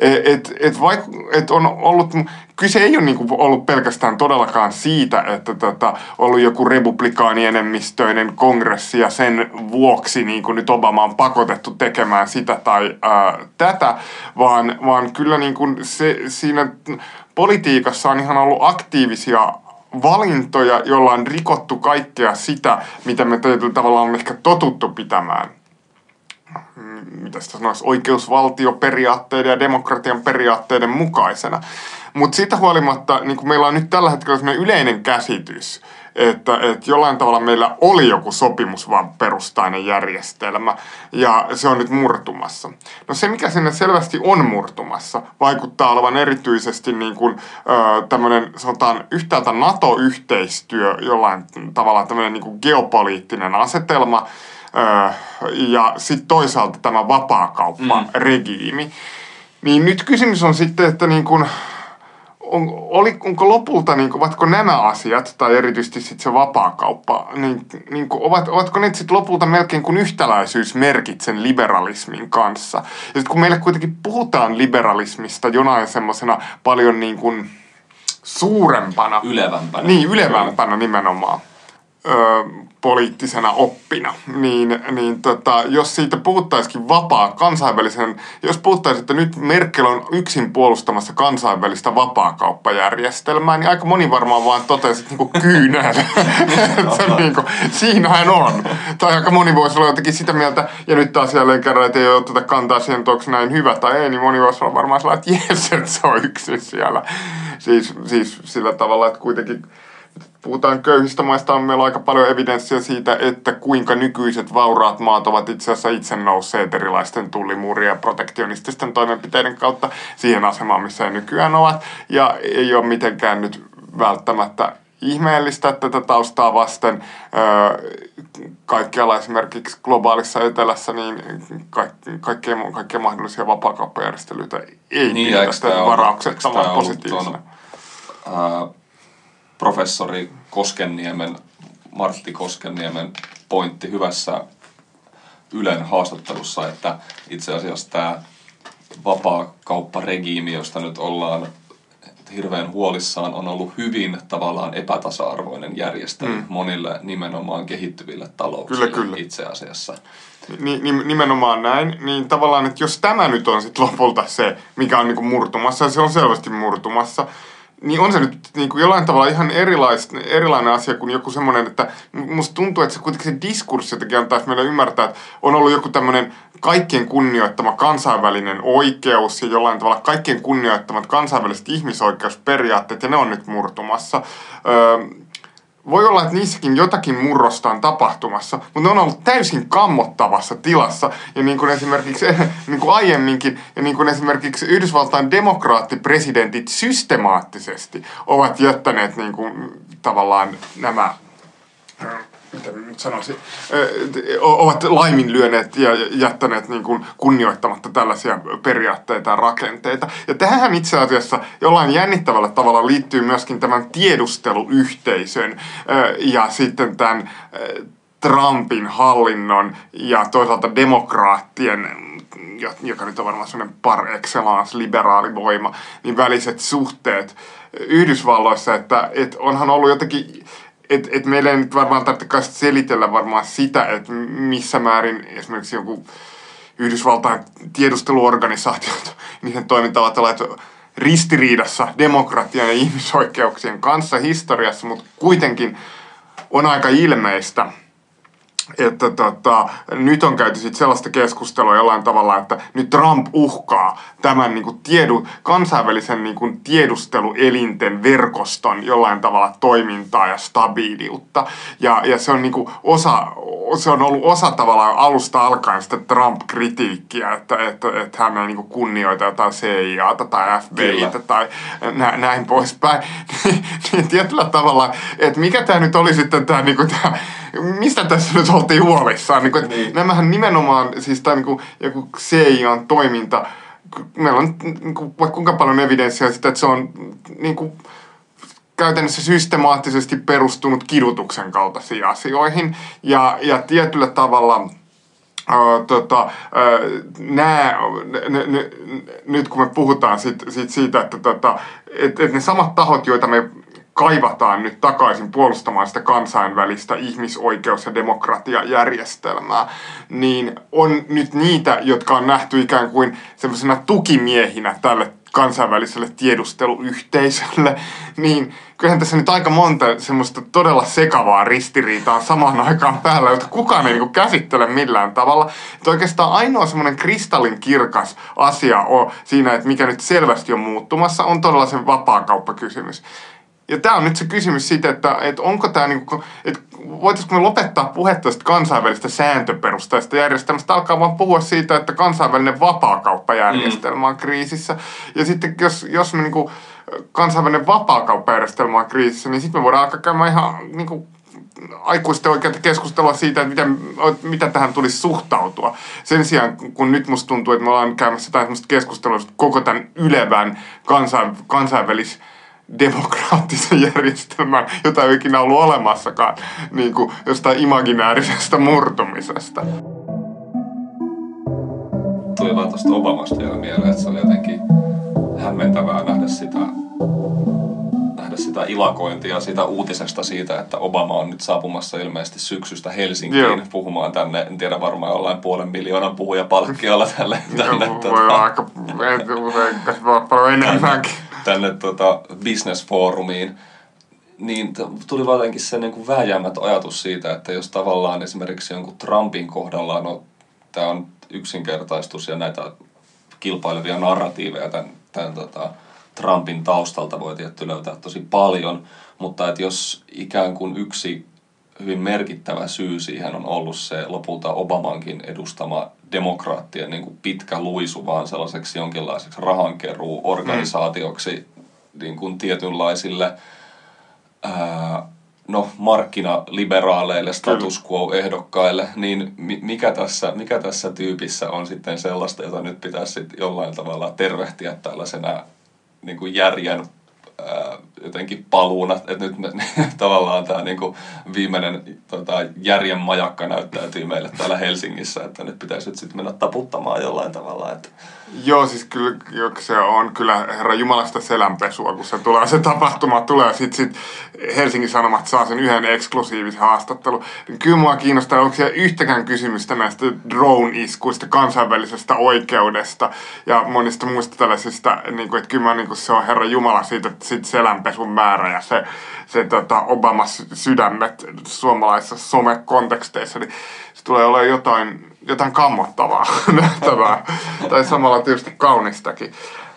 On ollut, kyse ei ole niin kuin ollut pelkästään todellakaan siitä, että ollut joku republikaanienemmistöinen kongressi ja sen vuoksi niin kuin nyt Obama on pakotettu tekemään sitä tai tätä, vaan kyllä niin kuin siinä politiikassa on ihan ollut aktiivisia valintoja, joilla on rikottu kaikkea sitä, mitä me tietyllä tavalla on ehkä totuttu pitämään. Mitä sitä sanoisi, oikeusvaltioperiaatteiden ja demokratian periaatteiden mukaisena. Mutta siitä huolimatta niin meillä on nyt tällä hetkellä sellainen yleinen käsitys, että jollain tavalla meillä oli joku sopimusperustainen järjestelmä ja se on nyt murtumassa. No se, mikä sinne selvästi on murtumassa, vaikuttaa olevan erityisesti niin kuin, tämmöinen, sanotaan, yhtäältä NATO-yhteistyö, jollain tavalla tämmöinen niin kuin geopoliittinen asetelma, ja sitten toisaalta tämä vapaakaupparegiimi. Niin nyt kysymys on sitten, että niin kun, onko lopulta, niin kun, ovatko nämä asiat, tai erityisesti sitten se vapaakauppa, niin kun, ovatko ne sitten lopulta melkein kuin yhtäläisyysmerkit sen liberalismin kanssa? Ja sitten kun meille kuitenkin puhutaan liberalismista jonain semmoisena paljon niin kun suurempana. Ylevämpänä. Niin, ylevämpänä nimenomaan. Poliittisena oppina, niin jos siitä puhuttaisikin jos puhuttaisiin, että nyt Merkel on yksin puolustamassa kansainvälistä vapaakauppajärjestelmää, niin aika moni varmaan vaan totesi, että niin kyynel. Siinähän on. Tai aika moni voisi olla jotenkin sitä mieltä, ja nyt taas jälleen kerran, että ei ole oteta kantaa siihen, että onko näin hyvä tai ei, niin moni voisi olla varmaan sellainen, että jes, että se on yksin siellä. Siis sillä tavalla, että kuitenkin puhutaan köyhistä maista, on meillä aika paljon evidenssiä siitä, että kuinka nykyiset vauraat maat ovat itse asiassa itse nousseet erilaisten tullimuurien ja protektionististen toimenpiteiden kautta siihen asemaan, missä he nykyään ovat. Ja ei ole mitenkään nyt välttämättä ihmeellistä tätä taustaa vasten. Kaikkialla esimerkiksi globaalissa etelässä niin kaikkia mahdollisia vapaakauppajärjestelyitä ei pidetä varauksettoman positiivisena. Professori Martti Koskenniemen pointti hyvässä Ylen haastattelussa, että itse asiassa tämä vapaakaupparegiimi, josta nyt ollaan hirveän huolissaan, on ollut hyvin tavallaan epätasa-arvoinen järjestelmä monille nimenomaan kehittyville talouksille kyllä. Itse asiassa. Nimenomaan näin, niin tavallaan, että jos tämä nyt on sitten lopulta se, mikä on niinku murtumassa, ja se on selvästi murtumassa, niin on se nyt niin kuin jollain tavalla ihan erilainen asia kuin joku semmoinen, että musta tuntuu, että se kuitenkin se diskurssi jotenkin antaisi meille ymmärtää, että on ollut joku tämmöinen kaikkien kunnioittama kansainvälinen oikeus ja jollain tavalla kaikkien kunnioittamat kansainväliset ihmisoikeusperiaatteet, ja ne on nyt murtumassa. Voi olla, että niissäkin jotakin murrosta on tapahtumassa, mutta ne on ollut täysin kammottavassa tilassa. Ja niin kuin esimerkiksi niin kuin aiemminkin, ja niin kuin esimerkiksi Yhdysvaltain demokraattipresidentit systemaattisesti ovat jättäneet niin kuin, tavallaan nämä, mitä nyt sanoisin, ovat laiminlyöneet ja jättäneet niin kuin kunnioittamatta tällaisia periaatteita ja rakenteita. Ja tähän itse asiassa jollain jännittävällä tavalla liittyy myöskin tämän tiedusteluyhteisön ja sitten tämän Trumpin hallinnon ja toisaalta demokraattien, joka nyt on varmaan sellainen par excellence liberaalivoima, niin väliset suhteet Yhdysvalloissa, että onhan ollut jotenkin. Et meillä ei nyt varmaan tarvitse selitellä varmaan sitä, että missä määrin esimerkiksi joku Yhdysvaltain tiedusteluorganisaatiot, niiden toiminta ovat olleet ristiriidassa demokratian ja ihmisoikeuksien kanssa historiassa, mutta kuitenkin on aika ilmeistä, että nyt on käyty sit sellaista keskustelua jollain tavalla, että nyt Trump uhkaa tämän niinku kansainvälisen niinku tiedusteluelinten verkoston jollain tavalla toimintaa ja stabiiliutta. Ja se on niinku se on ollut osa tavallaan alusta alkaen sitä Trump-kritiikkiä, että hän ei niinku kunnioita jotain CIAta tai FBItä tai näin poispäin. Niin tietyllä tavalla, että mikä tämä nyt oli sitten tämä niinku mistä tässä nyt oltiin huolissaan? Niin. Nämähän nimenomaan, siis tämä niin joku CIAn toiminta, meillä on niin kuin, vaikka kuinka paljon evidenssiä sitä, että se on niin kuin, käytännössä systemaattisesti perustunut kidutuksen kaltaisiin asioihin. Ja tietyllä tavalla nyt kun me puhutaan siitä, että ne samat tahot, joita me kaivataan nyt takaisin puolustamaan sitä kansainvälistä ihmisoikeus- ja demokratiajärjestelmää, niin on nyt niitä, jotka on nähty ikään kuin semmoisena tukimiehinä tälle kansainväliselle tiedusteluyhteisölle, niin kyllähän tässä nyt aika monta semmoista todella sekavaa ristiriitaa samaan aikaan päällä, jota kukaan ei käsittele millään tavalla. Että oikeastaan ainoa semmoinen kristallin kirkas asia on siinä, että mikä nyt selvästi on muuttumassa, on todella se vapaakauppakysymys. Ja tämä on nyt se kysymys siitä, että onko tämä, että voitaisiinko me lopettaa puhetta tästä kansainvälistä sääntöperustaista järjestelmästä, alkaa vaan puhua siitä, että kansainvälinen vapaakauppajärjestelmä on kriisissä. Ja sitten jos me kansainvälinen vapaakauppajärjestelmä on kriisissä, niin sitten me voidaan alkaa käymään ihan aikuisten oikeata keskustelua siitä, että mitä tähän tulisi suhtautua. Sen sijaan, kun nyt musta tuntuu, että me ollaan käymässä jotain sellaista keskustelua koko tämän ylevän demokraattisen järjestelmän, jota ei ikinä ollut olemassakaan, niin kuin jostain imaginäärisestä murtumisesta. Tuli vaan tuosta Obamasta vielä mieleen, että se oli jotenkin hämmentävää nähdä sitä ilakointia siitä uutisesta siitä, että Obama on nyt saapumassa ilmeisesti syksystä Helsinkiin puhumaan tänne, en tiedä varmaan jollain 500,000 puhujapalkkiolla tälle. Voi olla aika paljon enemmänkin. Tänne business forumiin, niin tuli vaan jotenkin se niin kuin vääjäämättä ajatus siitä, että jos tavallaan esimerkiksi jonkun Trumpin kohdalla, no tämä on yksinkertaistus ja näitä kilpailevia narratiiveja tämän Trumpin taustalta voi tietty löytää tosi paljon, mutta että jos ikään kuin yksi hyvin merkittävä syy siihen on ollut se lopulta Obamankin edustama demokraattien niin kuin pitkä luisu vaan sellaiseksi jonkinlaiseksi rahankeruuorganisaatioksi niin kuin tietynlaisille markkinaliberaaleille status quo-ehdokkaille, niin mikä tässä tyypissä on sitten sellaista, jota nyt pitäisi sitten jollain tavalla tervehtiä tällaisena niin kuin järjen jotenkin paluuna, että nyt tavallaan tämä niinku viimeinen järjen majakka näyttäytyy meille täällä Helsingissä, että nyt pitäisi nyt sitten mennä taputtamaan jollain tavalla. Että. Joo, siis kyllä se on kyllä Herra Jumalasta selänpesua, kun se tapahtuma tulee, sit Helsingin Sanomat saa sen yhden eksklusiivisen haastattelun. Kyllä mua kiinnostaa, onko siellä yhtäkään kysymystä näistä drone-iskuista, kansainvälisestä oikeudesta ja monista muista tällaisista, niin kuin, että kyllä se on Herra Jumala siitä sit selänpesun määrä ja se Obamas sydämet suomalaisissa somekonteksteissa, niin se tulee olemaan jotain kammottavaa nähtävää, tai samalla tietysti kaunistakin.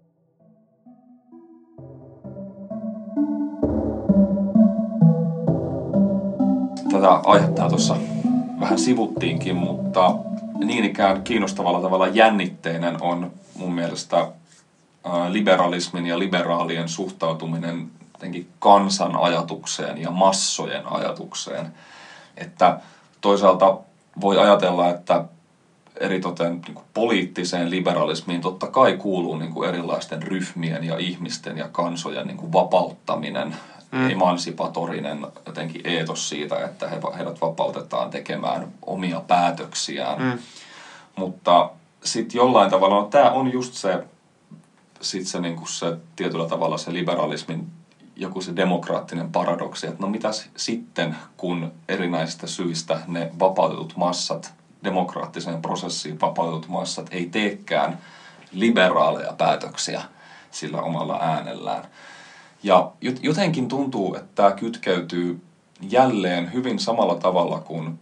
Tätä aihetta tuossa vähän sivuttiinkin, mutta niin ikään kiinnostavalla tavalla jännitteinen on mun mielestä liberalismin ja liberaalien suhtautuminen jotenkin kansan ajatukseen ja massojen ajatukseen. Että toisaalta voi ajatella, että eritoten niin kuin poliittiseen liberalismiin totta kai kuuluu niin kuin erilaisten ryhmien ja ihmisten ja kansojen niin kuin vapauttaminen, emansipatorinen jotenkin eetos siitä, että heidät vapautetaan tekemään omia päätöksiään. Mutta sitten jollain tavalla, tämä on just se niinku se tietyllä tavalla se liberalismin joku se demokraattinen paradoksi, että no mitäs sitten, kun erinäisistä syistä ne vapautetut massat, demokraattiseen prosessiin vapautetut massat ei teekään liberaaleja päätöksiä sillä omalla äänellään. Ja jotenkin tuntuu, että tämä kytkeytyy jälleen hyvin samalla tavalla kuin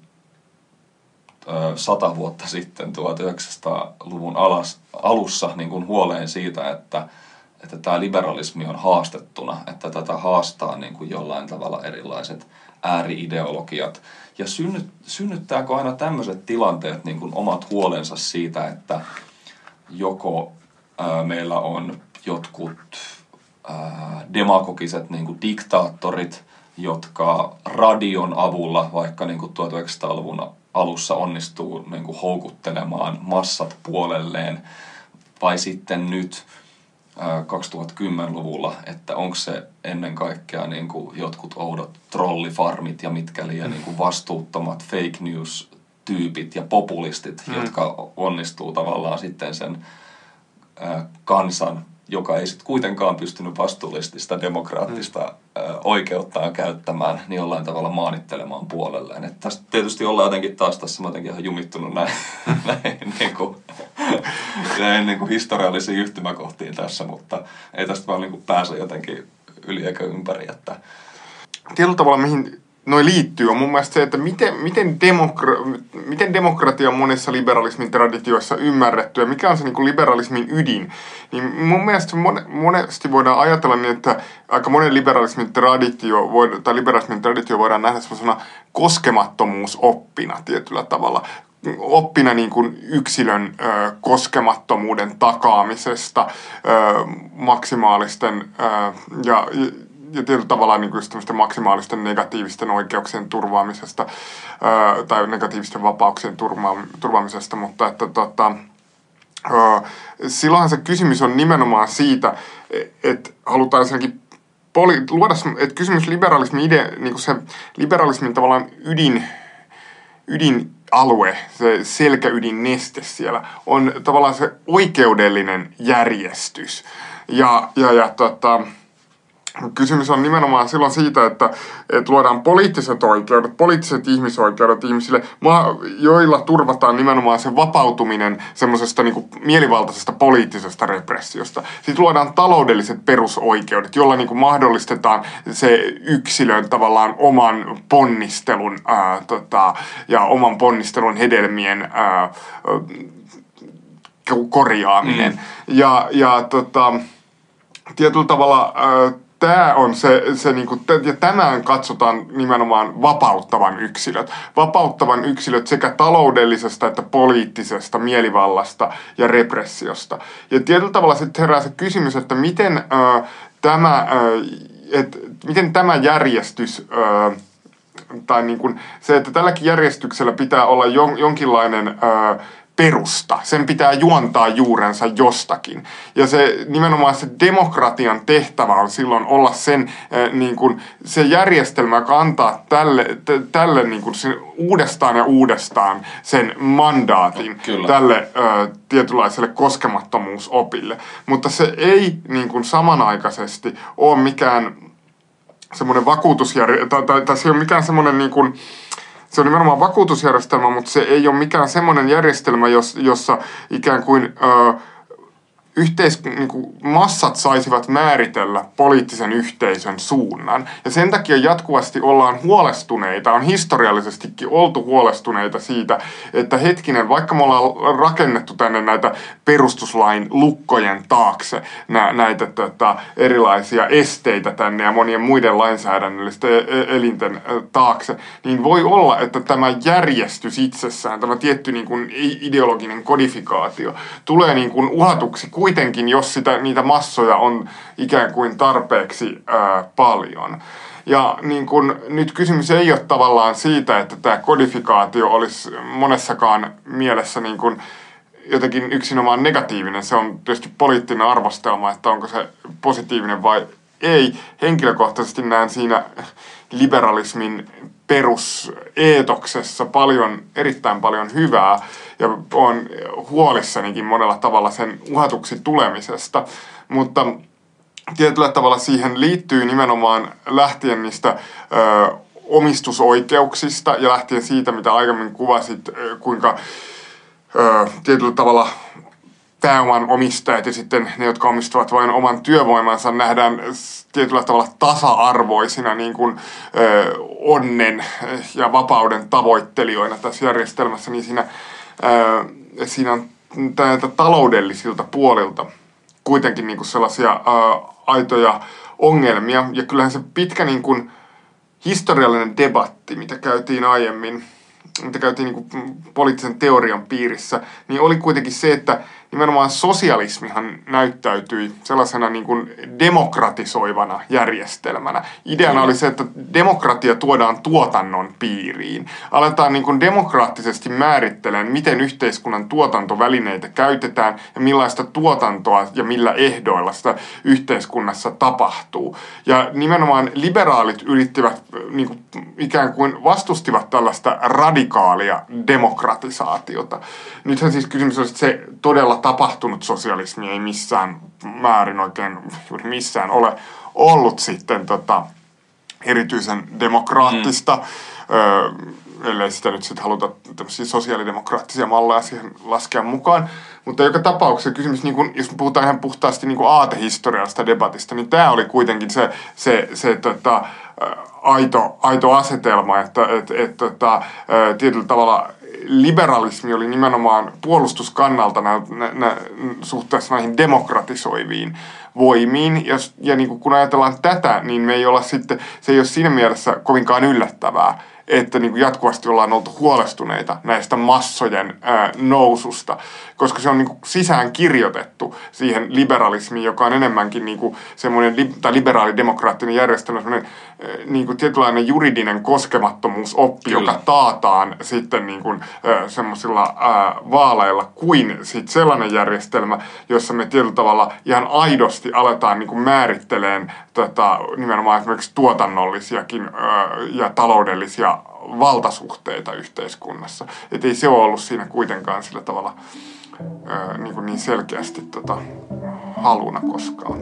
100 vuotta sitten 1900-luvun alussa niin kuin huoleen siitä, että tämä liberalismi on haastettuna, että tätä haastaa niin kuin jollain tavalla erilaiset ääri-ideologiat. Ja synnyttääkö aina tämmöiset tilanteet niin kuin omat huolensa siitä, että joko meillä on jotkut demagogiset niin kuin diktaattorit, jotka radion avulla vaikka niin kuin 1900-luvun alussa onnistuu niin kuin houkuttelemaan massat puolelleen, vai sitten nyt 2010-luvulla, että onko se ennen kaikkea niin kuin jotkut oudot trollifarmit ja mitkä liian niin kuin vastuuttomat fake news-tyypit ja populistit, jotka onnistuu tavallaan sitten sen kansan, joka ei sitten kuitenkaan pystynyt vastuullisesti sitä demokraattista oikeuttaan käyttämään, niin jollain tavalla maanittelemaan puolelleen. Että tästä tietysti ollaan jotenkin taas tässä, mä jotenkin ihan jumittunut näin niin kuin historiallisiin yhtymäkohtiin tässä, mutta ei tästä vaan niin kuin pääse jotenkin yli eikä ympäri. Että. Tietyllä tavalla, mihin noi liittyy, on mun mielestä se, että miten demokratia on monissa liberalismin traditioissa ymmärretty ja mikä on se niin kuin liberalismin ydin. Niin mun mielestä monesti voidaan ajatella niin, että aika monen liberalismin traditio voidaan nähdä sellaisena koskemattomuusoppina tietyllä tavalla. Oppina niin kuin yksilön koskemattomuuden takaamisesta, maksimaalisten ja tietyllä tavalla niin kuin maksimaalisten negatiivisten oikeuksien turvaamisesta tai negatiivisten vapauksien turvaamisesta, mutta että silloinhan se kysymys on nimenomaan siitä, että halutaan senkin luoda, että kysymys liberalismin niin kuin se liberalismin tavallaan ydinalue, se selkäydin neste siellä, on tavallaan se oikeudellinen järjestys. Kysymys on nimenomaan silloin siitä, että luodaan poliittiset oikeudet, poliittiset ihmisoikeudet ihmisille, joilla turvataan nimenomaan se vapautuminen semmoisesta niin kuin mielivaltaisesta poliittisesta repressiosta. Sitten luodaan taloudelliset perusoikeudet, joilla niin kuin mahdollistetaan se yksilön tavallaan oman ponnistelun ja oman ponnistelun hedelmien korjaaminen. tietyllä tavalla tämä on se niinku, ja tämän katsotaan nimenomaan vapauttavan yksilöt sekä taloudellisesta että poliittisesta mielivallasta ja repressiosta. Ja tietyllä tavalla sitten herää se kysymys, että miten tämä järjestys, tai niin kuin se, että tälläkin järjestyksellä pitää olla jonkinlainen perusta. Sen pitää juontaa juurensa jostakin. Ja se nimenomaan se demokratian tehtävä on silloin olla niin kuin, se järjestelmä, joka antaa tälle niin kuin sen uudestaan ja uudestaan sen mandaatin tälle tietynlaiselle koskemattomuusopille. Mutta se ei niin kuin samanaikaisesti ole mikään semmoinen tai se ei ole mikään semmoinen niin kuin, se on nimenomaan vakuutusjärjestelmä, mutta se ei ole mikään semmoinen järjestelmä, jossa ikään kuin niin kuin massat saisivat määritellä poliittisen yhteisön suunnan. Ja sen takia jatkuvasti ollaan huolestuneita, on historiallisestikin oltu huolestuneita siitä, että hetkinen, vaikka me ollaan rakennettu tänne näitä perustuslain lukkojen taakse näitä erilaisia esteitä tänne ja monien muiden lainsäädännöllisten elinten taakse, niin voi olla, että tämä järjestys itsessään, tämä tietty niin kuin ideologinen kodifikaatio, tulee niin kuin uhatuksi kuitenkin, jos niitä massoja on ikään kuin tarpeeksi paljon. Ja niin kun, nyt kysymys ei ole tavallaan siitä, että tämä kodifikaatio olisi monessakaan mielessä niin kun jotenkin yksinomaan negatiivinen. Se on tietysti poliittinen arvostelma, että onko se positiivinen vai ei. Henkilökohtaisesti näen siinä liberalismin peruseetoksessa erittäin paljon hyvää ja olen huolissanikin monella tavalla sen uhatuksi tulemisesta, mutta tietyllä tavalla siihen liittyy nimenomaan lähtien niistä omistusoikeuksista ja lähtien siitä, mitä aiemmin kuvasit, kuinka tietyllä tavalla pääoman omistajat ja sitten ne, jotka omistavat vain oman työvoimansa, nähdään tietyllä tavalla tasa-arvoisina niin kuin, onnen ja vapauden tavoittelijoina tässä järjestelmässä, niin siinä on näitä taloudellisilta puolilta kuitenkin niin kuin sellaisia aitoja ongelmia. Ja kyllähän se pitkä niin kuin historiallinen debatti, mitä käytiin aiemmin, mitä käytiin niin kuin poliittisen teorian piirissä, niin oli kuitenkin se, että nimenomaan sosialismihan näyttäytyi sellaisena niin kuin demokratisoivana järjestelmänä. Ideana oli se, että demokratia tuodaan tuotannon piiriin. Aletaan niin kuin demokraattisesti määrittelemään, miten yhteiskunnan tuotantovälineitä käytetään ja millaista tuotantoa ja millä ehdoilla sitä yhteiskunnassa tapahtuu. Ja nimenomaan liberaalit yrittivät, niin kuin ikään kuin vastustivat tällaista radikaalia demokratisaatiota. Nythän siis kysymys on, että se todella tapahtunut sosialismi ei missään määrin oikein juuri missään ole ollut sitten erityisen demokraattista, ellei sitä nyt sitten haluta tämmöisiä sosiaalidemokraattisia malleja siihen laskea mukaan. Mutta joka tapauksessa kysymys, niin kun, jos puhutaan ihan puhtaasti niin aatehistoriallisesta debatista, niin tämä oli kuitenkin se aito asetelma, että tietyllä tavalla liberalismi oli nimenomaan puolustuskannalta suhteessa näihin demokratisoiviin voimiin. Ja niin kun ajatellaan tätä, niin se ei ole siinä mielessä kovinkaan yllättävää, että niin kuin jatkuvasti ollaan oltu huolestuneita näistä massojen noususta, koska se on niin kuin sisään kirjoitettu siihen liberalismiin, joka on enemmänkin niin kuin semmoinen liberaalidemokraattinen järjestelmä, semmoinen niin kuin tietynlainen juridinen koskemattomuusoppi, joka taataan sitten niin kuin semmoisilla vaaleilla, kuin sit sellainen järjestelmä, jossa me tietyllä tavalla ihan aidosti aletaan niin kuin määrittelemään nimenomaan esimerkiksi tuotannollisiakin ja taloudellisia valtasuhteita yhteiskunnassa. Että ei se ole ollut siinä kuitenkaan sillä tavalla niin selkeästi haluna koskaan.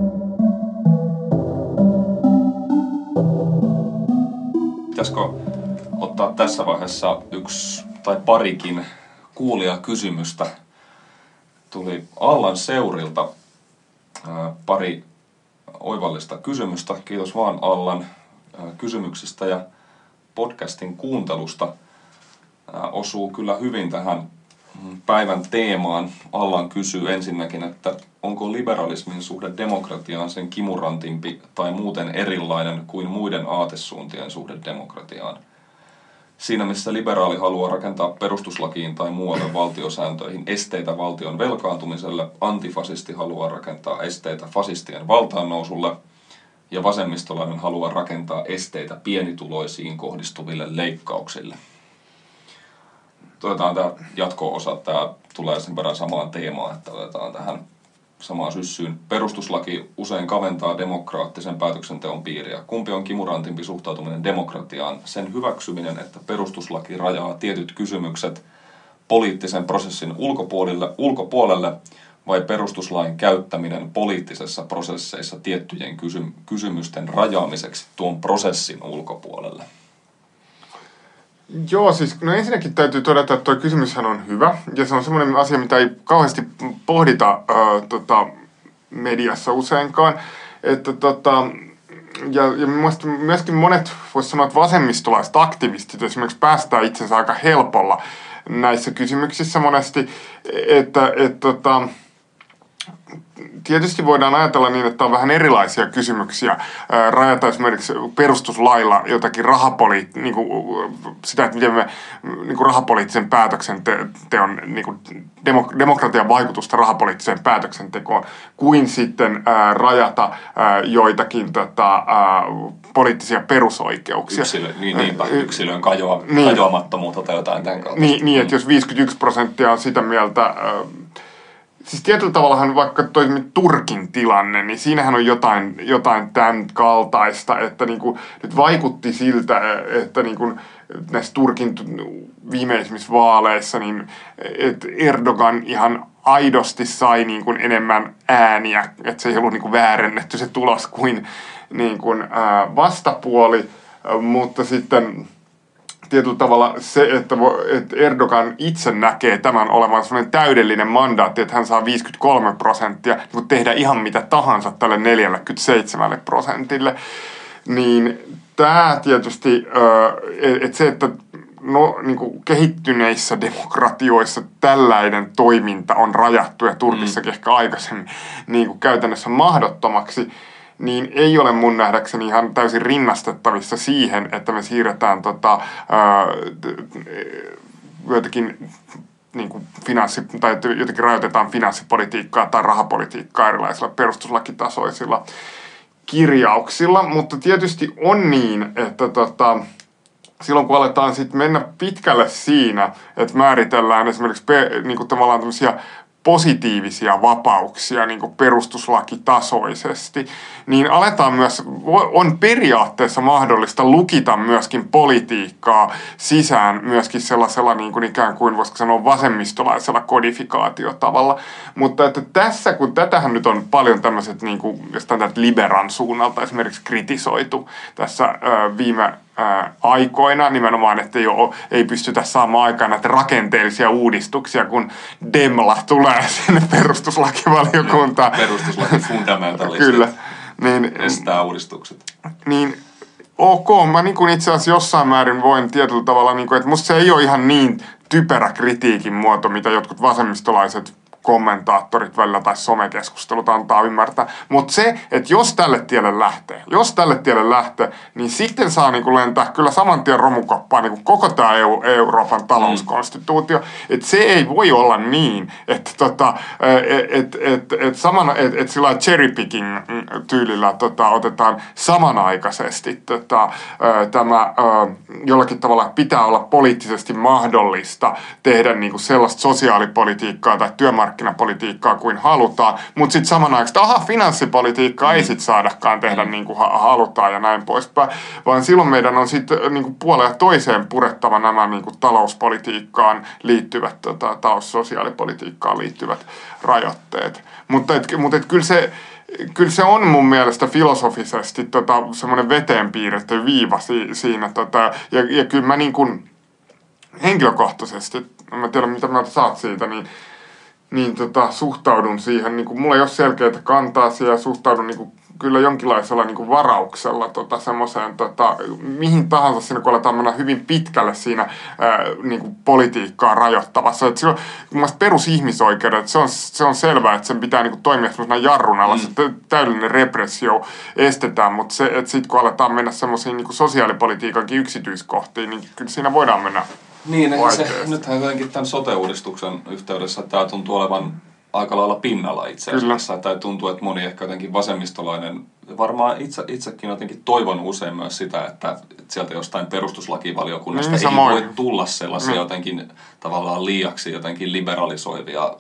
Pitäisikö ottaa tässä vaiheessa yksi tai parikin kuulijakysymystä? Tuli Allan Seurilta pari oivallista kysymystä. Kiitos vaan Allan kysymyksistä ja podcastin kuuntelusta. Osuu kyllä hyvin tähän päivän teemaan. Allan kysyy ensinnäkin, että onko liberalismin suhde demokratiaan sen kimurantimpi tai muuten erilainen kuin muiden aatesuuntien suhde demokratiaan? Siinä missä liberaali haluaa rakentaa perustuslakiin tai muualle valtiosääntöihin esteitä valtion velkaantumiselle, antifasisti haluaa rakentaa esteitä fasistien valtaannousulle ja vasemmistolainen haluaa rakentaa esteitä pienituloisiin kohdistuville leikkauksille. Otetaan tämä jatko-osa, tämä tulee sen verran samaan teemaan, että otetaan tähän samaan syssyyn. Perustuslaki usein kaventaa demokraattisen päätöksenteon piiriä. Kumpi on kimurantimpi suhtautuminen demokratiaan? Sen hyväksyminen, että perustuslaki rajaa tietyt kysymykset poliittisen prosessin ulkopuolelle vai perustuslain käyttäminen poliittisessa prosesseissa tiettyjen kysymysten rajaamiseksi tuon prosessin ulkopuolelle? Joo, siis no ensinnäkin täytyy todeta, että tuo kysymyshän on hyvä. Ja se on semmoinen asia, mitä ei kauheasti pohdita mediassa useinkaan. Että ja myöskin monet, voisi sanoa, että vasemmistolaiset aktivistit esimerkiksi päästää itsensä aika helpolla näissä kysymyksissä monesti. Tietysti voidaan ajatella niin, että on vähän erilaisia kysymyksiä. Rajata esimerkiksi perustuslailla jotakin sitä, että miten me rahapoliittisen päätöksenteon, demokratian vaikutusta rahapoliittiseen päätöksentekoon, kuin sitten rajata joitakin poliittisia perusoikeuksia. Yksilön kajoamattomuutta tai jotain tämän kautta. Niin, että jos 51% on sitä mieltä. Siis tietyllä tavallahan vaikka toi Turkin tilanne, niin siinähän on jotain tämän kaltaista, että nyt vaikutti siltä, että näissä Turkin viimeisimmissä vaaleissa, niin että Erdogan ihan aidosti sai enemmän ääniä, että se ei ollut väärennetty se tulos kuin vastapuoli, mutta sitten tietyllä tavalla se, että Erdogan itse näkee tämän olevan sellainen täydellinen mandaatti, että hän saa 53%, niin tehdä ihan mitä tahansa tälle 47%, niin tämä tietysti, että se, että kehittyneissä demokratioissa tällainen toiminta on rajattu ja Turkissakin ehkä aikaisemmin käytännössä mahdottomaksi, niin ei ole mun nähdäkseni ihan täysin rinnastettavissa siihen, että me siirretään joitakin tai jotenkin rajoitetaan finanssipolitiikkaa tai rahapolitiikkaa erilaisilla perustuslakitasoisilla kirjauksilla, mutta tietysti on niin, että silloin kun aletaan sitten mennä pitkälle siinä, että määritellään esimerkiksi tavallaan tämmöisiä positiivisia vapauksia perustuslakitasoisesti, niin aletaan myös, on periaatteessa mahdollista lukita myöskin politiikkaa sisään myöskin sellaisella ikään kuin voisiko sanoa vasemmistolaisella kodifikaatiotavalla. Mutta että tässä, kun tätähän nyt on paljon tämmöiset jostain liberan suunnalta esimerkiksi kritisoitu tässä viime aikoina nimenomaan, että ei pystytä saamaan aikaan näitä rakenteellisia uudistuksia, kun Demla tulee sinne perustuslakivaliokuntaan. Perustuslakifundamentalista. Kyllä. Estää uudistukset. Niin ok, mä itse asiassa jossain määrin voin tietyllä tavalla, että musta se ei ole ihan niin typerä kritiikin muoto, mitä jotkut vasemmistolaiset kommentaattorit välillä tai somekeskustelut antaa ymmärtää. Mutta se, että jos tälle tielle lähtee, niin sitten saa lentää kyllä saman tien romukoppaan koko tämä Euroopan talouskonstituutio. Että se ei voi olla niin, että sillä cherrypicking tyylillä otetaan samanaikaisesti tämä jollakin tavalla pitää olla poliittisesti mahdollista tehdä sellaista sosiaalipolitiikkaa tai työmarkkinapolitiikkaa kuin halutaan, mutta sitten samanaikaisesti, finanssipolitiikkaa ei sitten saadakaan tehdä niin kuin halutaan ja näin poispäin, vaan silloin meidän on sitten puoleen toiseen purettava nämä talouspolitiikkaan liittyvät, taloussosiaalipolitiikkaan liittyvät rajoitteet. Mutta kyllä se on mun mielestä filosofisesti semmoinen veteen piirretty viiva siinä. Ja kyllä mä henkilökohtaisesti, mä tiedän mitä mieltä saat siitä, suhtaudun siihen, mulla ei ole selkeää kantaa siihen ja suhtaudun kyllä jonkinlaisella niin kuin varauksella semmoiseen, mihin tahansa siinä, kun aletaan mennä hyvin pitkälle siinä niin kuin politiikkaa rajoittavassa. Että silloin, mun mielestä perusihmisoikeudet, se on selvää, että sen pitää niin kuin toimia semmoisena jarruna, alla se täydellinen repressio estetään, mutta se, että sitten kun aletaan mennä semmoisiin niin kuin sosiaalipolitiikankin yksityiskohtiin, niin kyllä siinä voidaan mennä. Niin, nythän jotenkin tämän sote-uudistuksen yhteydessä tämä tuntuu olevan aika lailla pinnalla itse asiassa. Tai tuntuu, että moni ehkä jotenkin vasemmistolainen, varmaan itsekin jotenkin toivon usein myös sitä, että sieltä jostain perustuslakivaliokunnasta ei voi tulla sellaisia jotenkin tavallaan liiaksi jotenkin liberalisoivia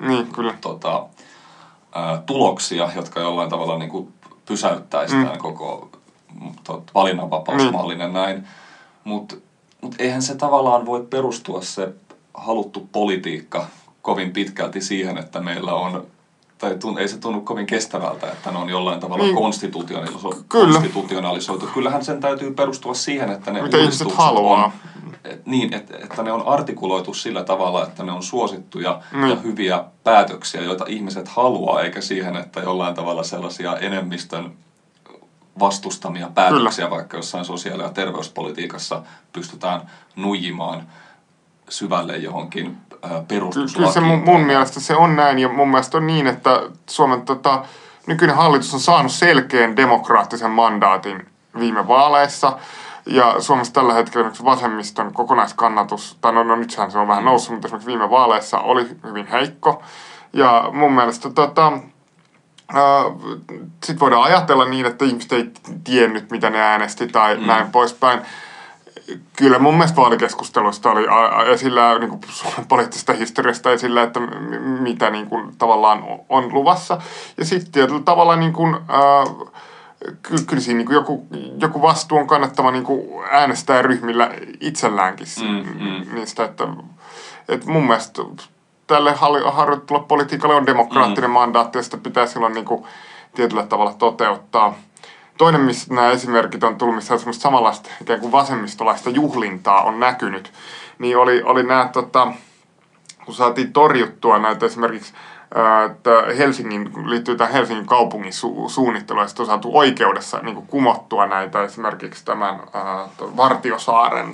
tuloksia, jotka jollain tavalla niin kuin pysäyttäisi tämän koko valinnanvapausmallinen näin. Mutta eihän se tavallaan voi perustua se haluttu politiikka kovin pitkälti siihen, että meillä on, tai ei se tunnu kovin kestävältä, että ne on jollain tavalla konstitutionalisoitu. Kyllähän sen täytyy perustua siihen, että ne uudistukset on, että ne on artikuloitu sillä tavalla, että ne on suosittuja ja hyviä päätöksiä, joita ihmiset haluaa, eikä siihen, että jollain tavalla sellaisia enemmistön vastustamia päätöksiä, vaikka jossain sosiaali- ja terveyspolitiikassa pystytään nuijimaan syvälle johonkin perustuslakiin. Kyllä se mun mielestä se on näin, ja mun mielestä on niin, että Suomen nykyinen hallitus on saanut selkeän demokraattisen mandaatin viime vaaleissa, ja Suomessa tällä hetkellä vasemmiston kokonaiskannatus, tai no nythän se on vähän noussut, mutta esimerkiksi viime vaaleissa oli hyvin heikko, ja mun mielestä sitten voidaan ajatella niin, että ihmiset ei tiennyt, mitä ne äänesti tai näin poispäin. Kyllä mun mielestä vaalikeskusteluista oli esillä niin kuin poliittisesta historiasta esillä, että mitä niin kuin, tavallaan on luvassa. Ja sitten tietyllä tavalla niin kuin, kyllä siinä niin kuin joku vastuu on kannattava niin kuin äänestäjäryhmillä itselläänkin niistä, että mun mielestä tälle harjoittelulle politiikalle on demokraattinen mandaatti ja sitä pitää silloin niin kuin tietyllä tavalla toteuttaa. Toinen, missä nämä esimerkit on tullut, missä semmoista samanlaista ikään kuin vasemmistolaista juhlintaa on näkynyt, niin oli nämä, kun saatiin torjuttua näitä esimerkiksi liittyy tähän Helsingin kaupungin suunnitteluun, ja sitten on saatu oikeudessa niin kuin kumottua näitä esimerkiksi tämän Vartiosaaren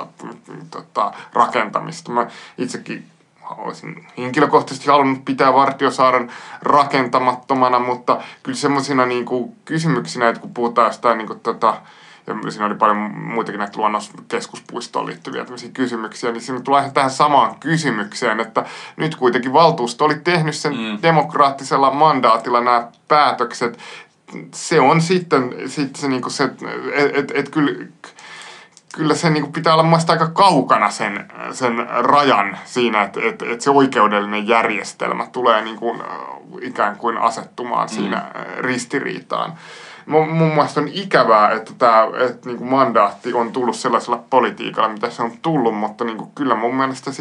rakentamista. Mä itsekin olisin henkilökohtaisesti halunnut pitää Vartiosaaren rakentamattomana, mutta kyllä semmoisina niinku kysymyksinä, että kun puhutaan jostain niinku ja siinä oli paljon muitakin näitä luonnoskeskuspuistoon liittyviä kysymyksiä, niin siinä tulee tähän samaan kysymykseen, että nyt kuitenkin valtuusto oli tehnyt sen demokraattisella mandaatilla nämä päätökset. Se on sitten se, niinku se että kyllä se niin kuin pitää olla mielestäni aika kaukana sen rajan siinä, että se oikeudellinen järjestelmä tulee niin kuin ikään kuin asettumaan siinä ristiriitaan. Mun mielestä on ikävää, että niin kuin mandaatti on tullut sellaisella politiikalla, mitä se on tullut, mutta niin kuin kyllä mun mielestä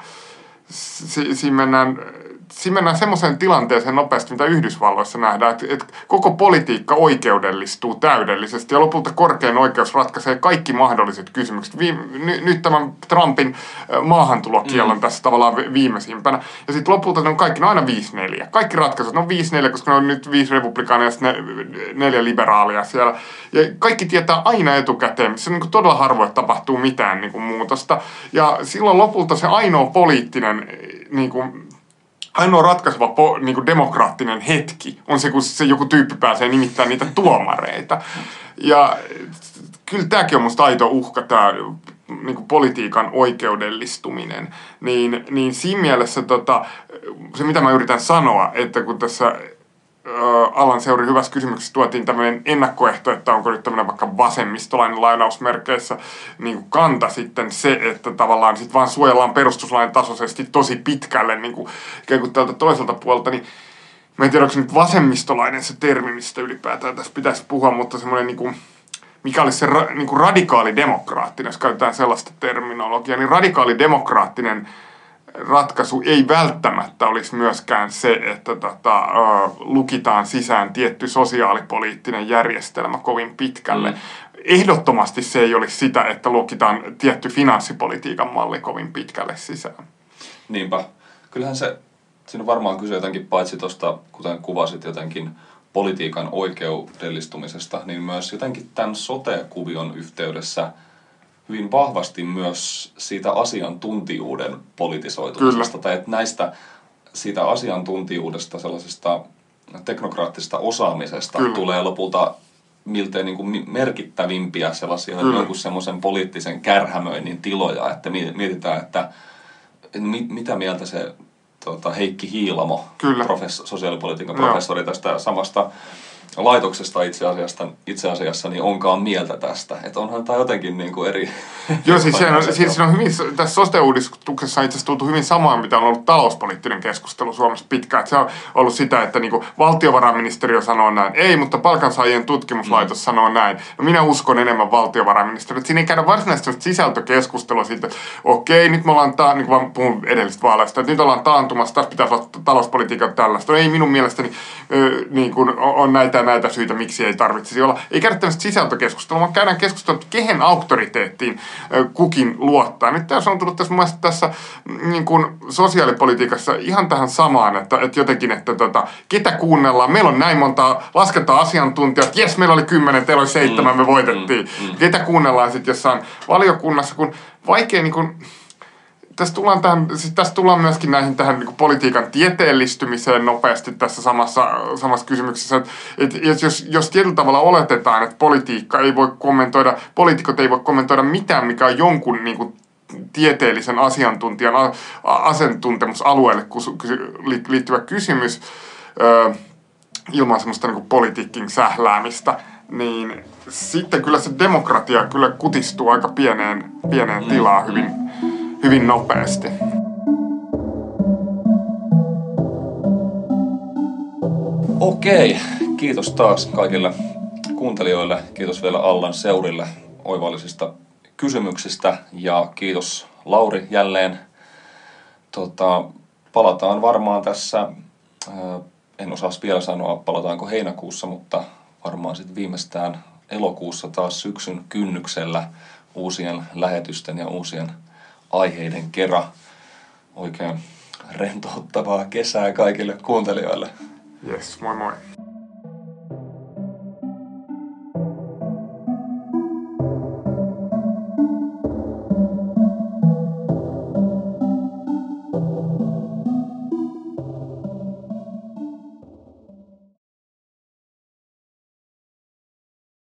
siinä mennään semmoiseen tilanteeseen nopeasti, mitä Yhdysvalloissa nähdään, että koko politiikka oikeudellistuu täydellisesti ja lopulta korkein oikeus ratkaisee kaikki mahdolliset kysymykset. Nyt tämän Trumpin maahantulokiellon tässä tavallaan viimeisimpänä. Ja sitten lopulta ne on kaikki, aina 5-4. Kaikki ratkaisut, ne on 5-4, koska ne on nyt 5 republikaania ja sitten 4 liberaalia siellä. Ja kaikki tietää aina etukäteen, se on niin kuin todella harvoin, että tapahtuu mitään niin kuin muutosta. Ja silloin lopulta se ainoa poliittinen niin kuin ainoa ratkaiseva niin kuin demokraattinen hetki on se, kun se joku tyyppi pääsee nimittämään niitä tuomareita. Ja kyllä tämäkin on musta aito uhka, tämä niin kuin politiikan oikeudellistuminen. Niin siinä mielessä se, mitä mä yritän sanoa, että kun tässä Allan Seurin hyvässä kysymyksessä tuotiin tämmöinen ennakkoehto, että onko nyt tämmöinen vaikka vasemmistolainen lainausmerkeissä niin kuin kanta sitten se, että tavallaan sit vaan suojellaan perustuslain tasoisesti tosi pitkälle niin kuin, ikään kuin tältä toiselta puolelta, niin mä en tiedä, onko se nyt vasemmistolainen se termi, mistä ylipäätään tässä pitäisi puhua, mutta semmoinen niin kuin, mikä olisi se niin kuin radikaalidemokraattinen, jos käytetään sellaista terminologiaa, niin radikaalidemokraattinen ratkaisu ei välttämättä olisi myöskään se, että lukitaan sisään tietty sosiaalipoliittinen järjestelmä kovin pitkälle. Ehdottomasti se ei olisi sitä, että lukitaan tietty finanssipolitiikan malli kovin pitkälle sisään. Niinpä. Kyllähän siinä varmaan kyse jotenkin paitsi tuosta, kuten kuvasit jotenkin politiikan oikeudellistumisesta, niin myös jotenkin tämän sote-kuvion yhteydessä hyvin vahvasti myös siitä asiantuntijuuden politisoitumisesta. Tai että näistä siitä asiantuntijuudesta, sellaisesta teknokraattisesta osaamisesta tulee lopulta miltei niin kuin merkittävimpiä sellaisia jonkun semmoisen poliittisen kärhämöinnin tiloja, että mietitään, että mitä mieltä se Heikki Hiilamo, sosiaalipolitiikan professori tästä samasta laitoksesta itse asiassa niin onkaan mieltä tästä. Että onhan tämä jotenkin niin kuin eri... Joo, siinä on hyvin, tässä sote-uudistuksessa on itse asiassa tultu hyvin samaan, mitä on ollut talouspoliittinen keskustelu Suomessa pitkään. Että se on ollut sitä, että niin kuin valtiovarainministeriö sanoo näin, ei, mutta palkansaajien tutkimuslaitos sanoo näin. No minä uskon enemmän valtiovarainministeriötä. Siinä ei käydä varsinaisesti sisältökeskustelua siitä, että okei, nyt me ollaan, niin kuin mä puhun edellisistä vaaleista, että nyt ollaan taantumassa, taas pitäisi olla talouspolitiikan tällaista. No ei minun mielestäni niin kuin on näitä syitä, miksi ei tarvitsisi olla. Ei käydä tämmöistä sisältökeskustelua, vaan käydään keskustelua, kehen auktoriteettiin kukin luottaa. Nyt tässä on tullut tässä niin kuin sosiaalipolitiikassa ihan tähän samaan, että jotenkin, että ketä kuunnellaan. Meillä on näin monta, lasketaan asiantuntijat, jes, meillä oli 10, teillä oli 7, me voitettiin. Ketä kuunnellaan sitten jossain valiokunnassa, kun vaikea niin kuin, Tässä tullaan myöskin tähän niin kuin politiikan tieteellistymiseen nopeasti tässä samassa kysymyksessä. Että jos tietyllä tavalla oletetaan, että poliitikot ei voi kommentoida mitään, mikä on jonkun niin kuin tieteellisen asiantuntijan asiantuntemusalueelle liittyvä kysymys ilman semmoista niin kuin politiikin sähläämistä, niin sitten kyllä se demokratia kyllä kutistuu aika pieneen tilaan hyvin nopeasti. Okei, kiitos taas kaikille kuuntelijoille. Kiitos vielä Allan Seurille oivallisista kysymyksistä ja kiitos Lauri jälleen. Palataan varmaan tässä, en osaa vielä sanoa palataanko heinäkuussa, mutta varmaan sitten viimeistään elokuussa taas syksyn kynnyksellä uusien lähetysten ja uusien aiheiden kera. Oikein rentouttavaa kesää kaikille kuuntelijoille. Yes, moi moi.